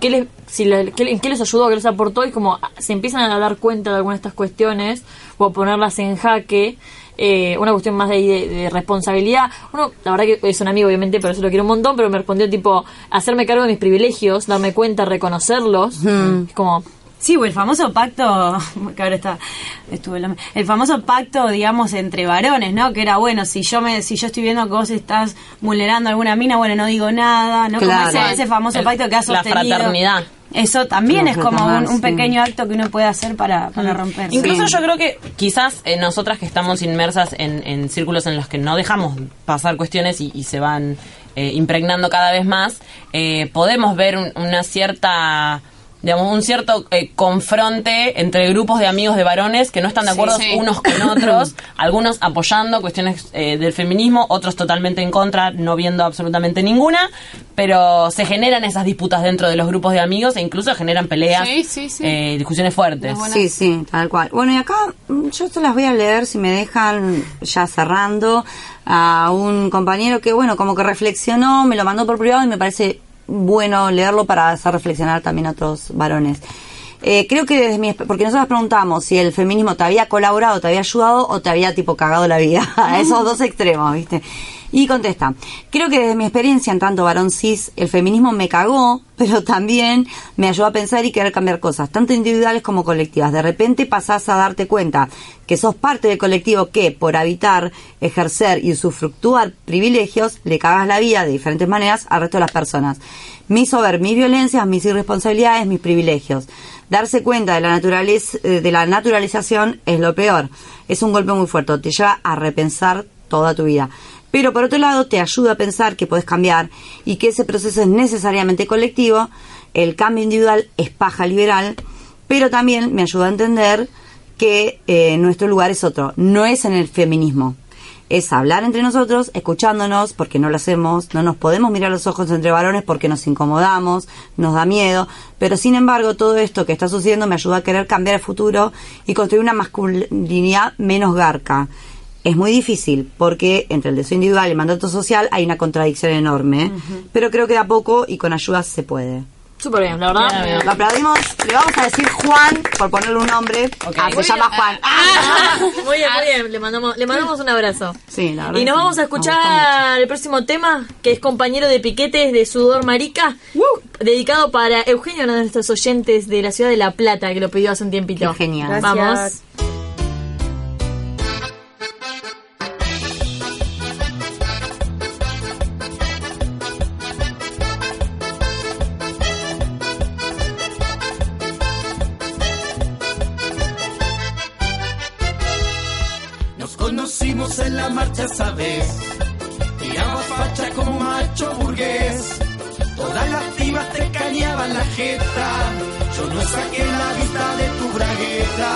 qué les ayudó, qué les aportó, y como se empiezan a dar cuenta de algunas de estas cuestiones o a ponerlas en jaque. Una cuestión más de responsabilidad. Uno, la verdad que es un amigo obviamente, pero eso lo quiero un montón, pero me respondió tipo, hacerme cargo de mis privilegios, darme cuenta, reconocerlos. Es como...
Sí, o el famoso pacto, que ahora el famoso pacto, digamos, entre varones, ¿no? Que era, bueno, si yo estoy viendo que vos estás vulnerando a alguna mina, bueno, no digo nada, ¿no?
Claro.
Como ese famoso pacto que ha sostenido.
La fraternidad.
Eso también es como un pequeño acto que uno puede hacer para romper.
Incluso yo creo que quizás nosotras que estamos inmersas en círculos en los que no dejamos pasar cuestiones y se van impregnando cada vez más, podemos ver una cierta... digamos, un cierto confronte entre grupos de amigos de varones que no están de acuerdo unos con otros, algunos apoyando cuestiones del feminismo, otros totalmente en contra, no viendo absolutamente ninguna, pero se generan esas disputas dentro de los grupos de amigos e incluso generan peleas, discusiones fuertes.
Sí, tal cual. Bueno, y acá yo se las voy a leer, si me dejan, ya cerrando, a un compañero que, bueno, como que reflexionó, me lo mandó por privado y me parece bueno leerlo para hacer reflexionar también a otros varones. Creo que porque nosotros preguntamos si el feminismo te había colaborado, te había ayudado o te había tipo cagado la vida, a esos dos extremos, ¿viste? Y contesta, creo que desde mi experiencia en tanto varón cis, el feminismo me cagó, pero también me ayudó a pensar y querer cambiar cosas, tanto individuales como colectivas. De repente pasás a darte cuenta que sos parte del colectivo que, por habitar, ejercer y usufructuar privilegios, le cagas la vida de diferentes maneras al resto de las personas. Me hizo ver mis violencias, mis irresponsabilidades, mis privilegios. Darse cuenta de la naturalización es lo peor. Es un golpe muy fuerte, te lleva a repensar toda tu vida. Pero por otro lado te ayuda a pensar que podés cambiar y que ese proceso es necesariamente colectivo. El cambio individual es paja liberal, pero también me ayuda a entender que nuestro lugar es otro, no es en el feminismo. Es hablar entre nosotros, escuchándonos, porque no lo hacemos, no nos podemos mirar los ojos entre varones porque nos incomodamos, nos da miedo, pero sin embargo todo esto que está sucediendo me ayuda a querer cambiar el futuro y construir una masculinidad menos garca. Es muy difícil porque entre el deseo individual y el mandato social hay una contradicción enorme, pero creo que de a poco y con ayuda se puede.
Súper bien, la verdad.
Bien. Lo aplaudimos. Le vamos a decir Juan, por ponerle un nombre. Se llama Juan.
Muy bien. Le mandamos un abrazo.
Sí, la verdad.
Y nos vamos a escuchar el próximo tema, que es Compañero de Piquetes de Sudor Marica, dedicado para Eugenio, uno de nuestros oyentes de la ciudad de La Plata, que lo pidió hace un tiempito.
Qué genial.
Gracias. Vamos.
Conocimos en la marcha, ¿sabes? Tiraba facha como macho burgués. Todas las pibas te cañaban la jeta. Yo no saqué la vista de tu bragueta.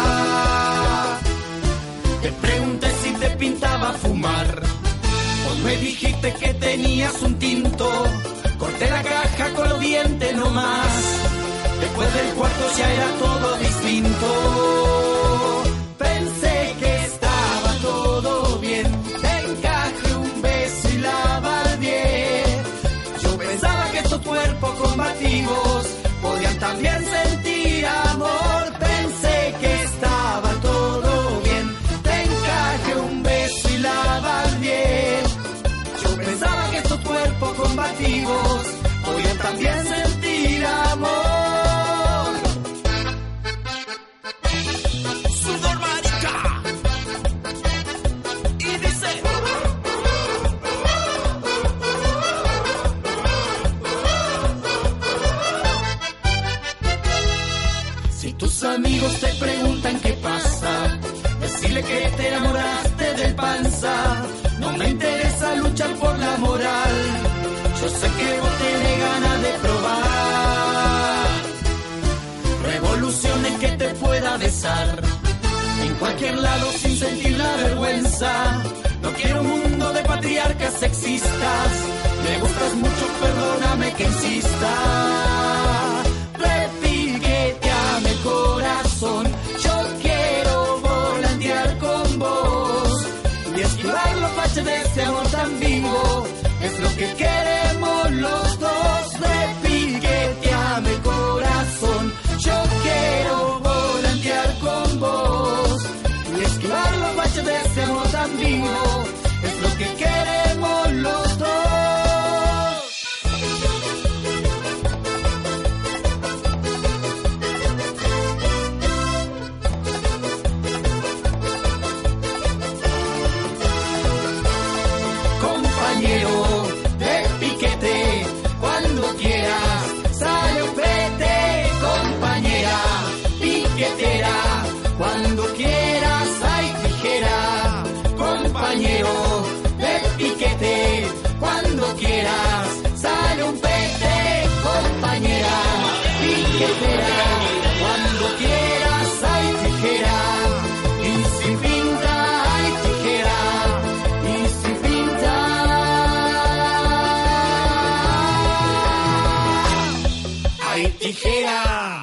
Te pregunté si te pintaba fumar. Vos me dijiste que tenías un tinto. Corté la caja con los dientes nomás. Después del cuarto ya era todo distinto. Pensé que todo bien, combativos podían también sentir amor. Pensé que estaba todo bien, te encajé un beso y la bien. Yo pensaba que estos cuerpos combativos podían también sentir amor. Sudor marica. Y dice: si tus amigos te preguntan qué pasa, decirle que te enamoraste del panza. No me interesa luchar por la moral, yo sé que vos tenés ganas de probar revoluciones que te pueda besar en cualquier lado sin sentir la vergüenza. No quiero un mundo de patriarcas sexistas, me gustas mucho, perdóname que insista. Repiqueteame el corazón, yo quiero volantear con vos y esquivar los baches de este amor tan vivo. Es lo que queremos los dos. Repiqueteame el corazón, yo quiero volantear con vos y esquivar los baches de este amor tan vivo. Es lo que queremos los dos. Compañero de piquete, cuando quieras sale un pete. Compañera piquetera, cuando quieras hay tijera. Compañero de piquete, cuando quieras sale un pete. Compañera piquetera, cuando quieras hay tijera. Y si pinta hay tijera, y si pinta hay tijera.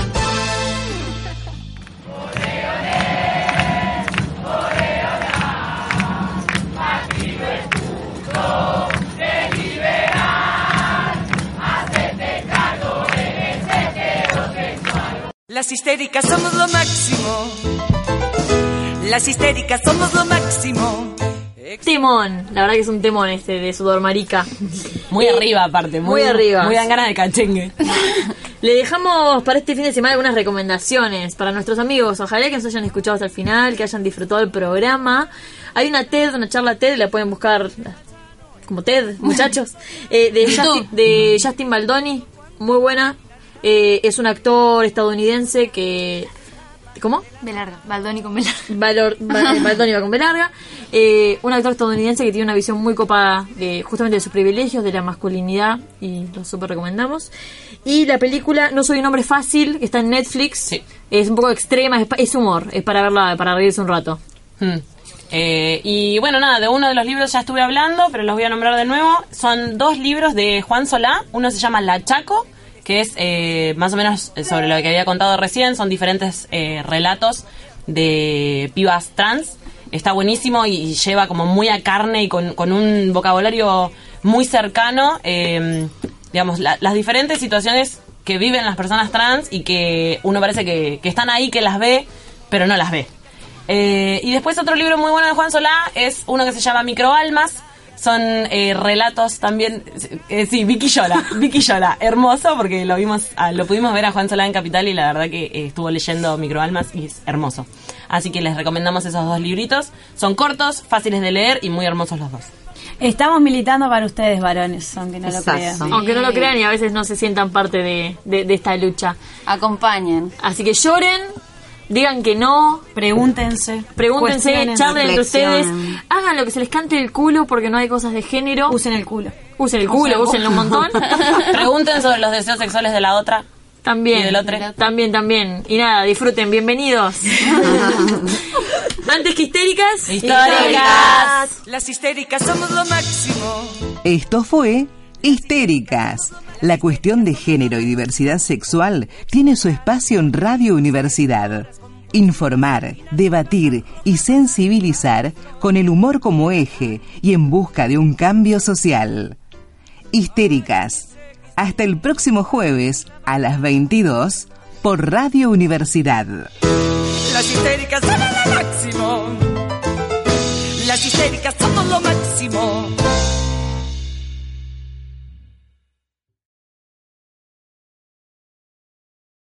Las histéricas somos lo máximo. Las histéricas somos lo máximo.
Temón, la verdad que es un temón este de Sudor Marica.
Muy arriba aparte, muy arriba. Muy dan ganas de cachengue.
Le dejamos para este fin de semana algunas recomendaciones para nuestros amigos. Ojalá que nos hayan escuchado hasta el final, que hayan disfrutado el programa. Hay una charla TED, la pueden buscar como TED, muchachos, de Justin Baldoni, muy buena. Es un actor estadounidense que... ¿Cómo?
Belarga, Baldoni con Belarga.
Baldoni va con Belarga. Un actor estadounidense que tiene una visión muy copada justamente de sus privilegios, de la masculinidad, y lo súper recomendamos. Y la película No soy un hombre fácil, que está en Netflix. Sí. Es un poco extrema, es humor, es para verla, para reírse un rato.
Y bueno, nada, de uno de los libros ya estuve hablando, pero los voy a nombrar de nuevo. Son 2 libros de Juan Solá. Uno se llama La Chaco, que es más o menos sobre lo que había contado recién. Son diferentes relatos de pibas trans. Está buenísimo y lleva como muy a carne y con un vocabulario muy cercano, digamos, las diferentes situaciones que viven las personas trans y que uno parece que están ahí, que las ve, pero no las ve. Y después otro libro muy bueno de Juan Solá es uno que se llama Microalmas. Son relatos también, sí, Vicky llora, hermoso, porque lo pudimos ver a Juan Solá en Capital y la verdad que estuvo leyendo Microalmas y es hermoso. Así que les recomendamos esos 2 libritos. Son cortos, fáciles de leer y muy hermosos los 2.
Estamos militando para ustedes, varones, aunque no lo crean.
Aunque no lo crean y a veces no se sientan parte de esta lucha.
Acompañen.
Así que lloren. Digan que no.
Pregúntense,
charlen entre ustedes. Hagan lo que se les cante el culo porque no hay cosas de género.
Usen el culo.
Úsenlo un montón.
Pregunten sobre los deseos sexuales de la otra.
También.
Y del otro.
También. Y nada, disfruten, bienvenidos. Antes que histéricas.
Históricas. Las histéricas somos lo máximo.
Esto fue Histéricas. La cuestión de género y diversidad sexual tiene su espacio en Radio Universidad. Informar, debatir y sensibilizar con el humor como eje y en busca de un cambio social. Histéricas. Hasta el próximo jueves a las 22 por Radio Universidad.
Las histéricas son lo máximo. Las histéricas somos lo máximo.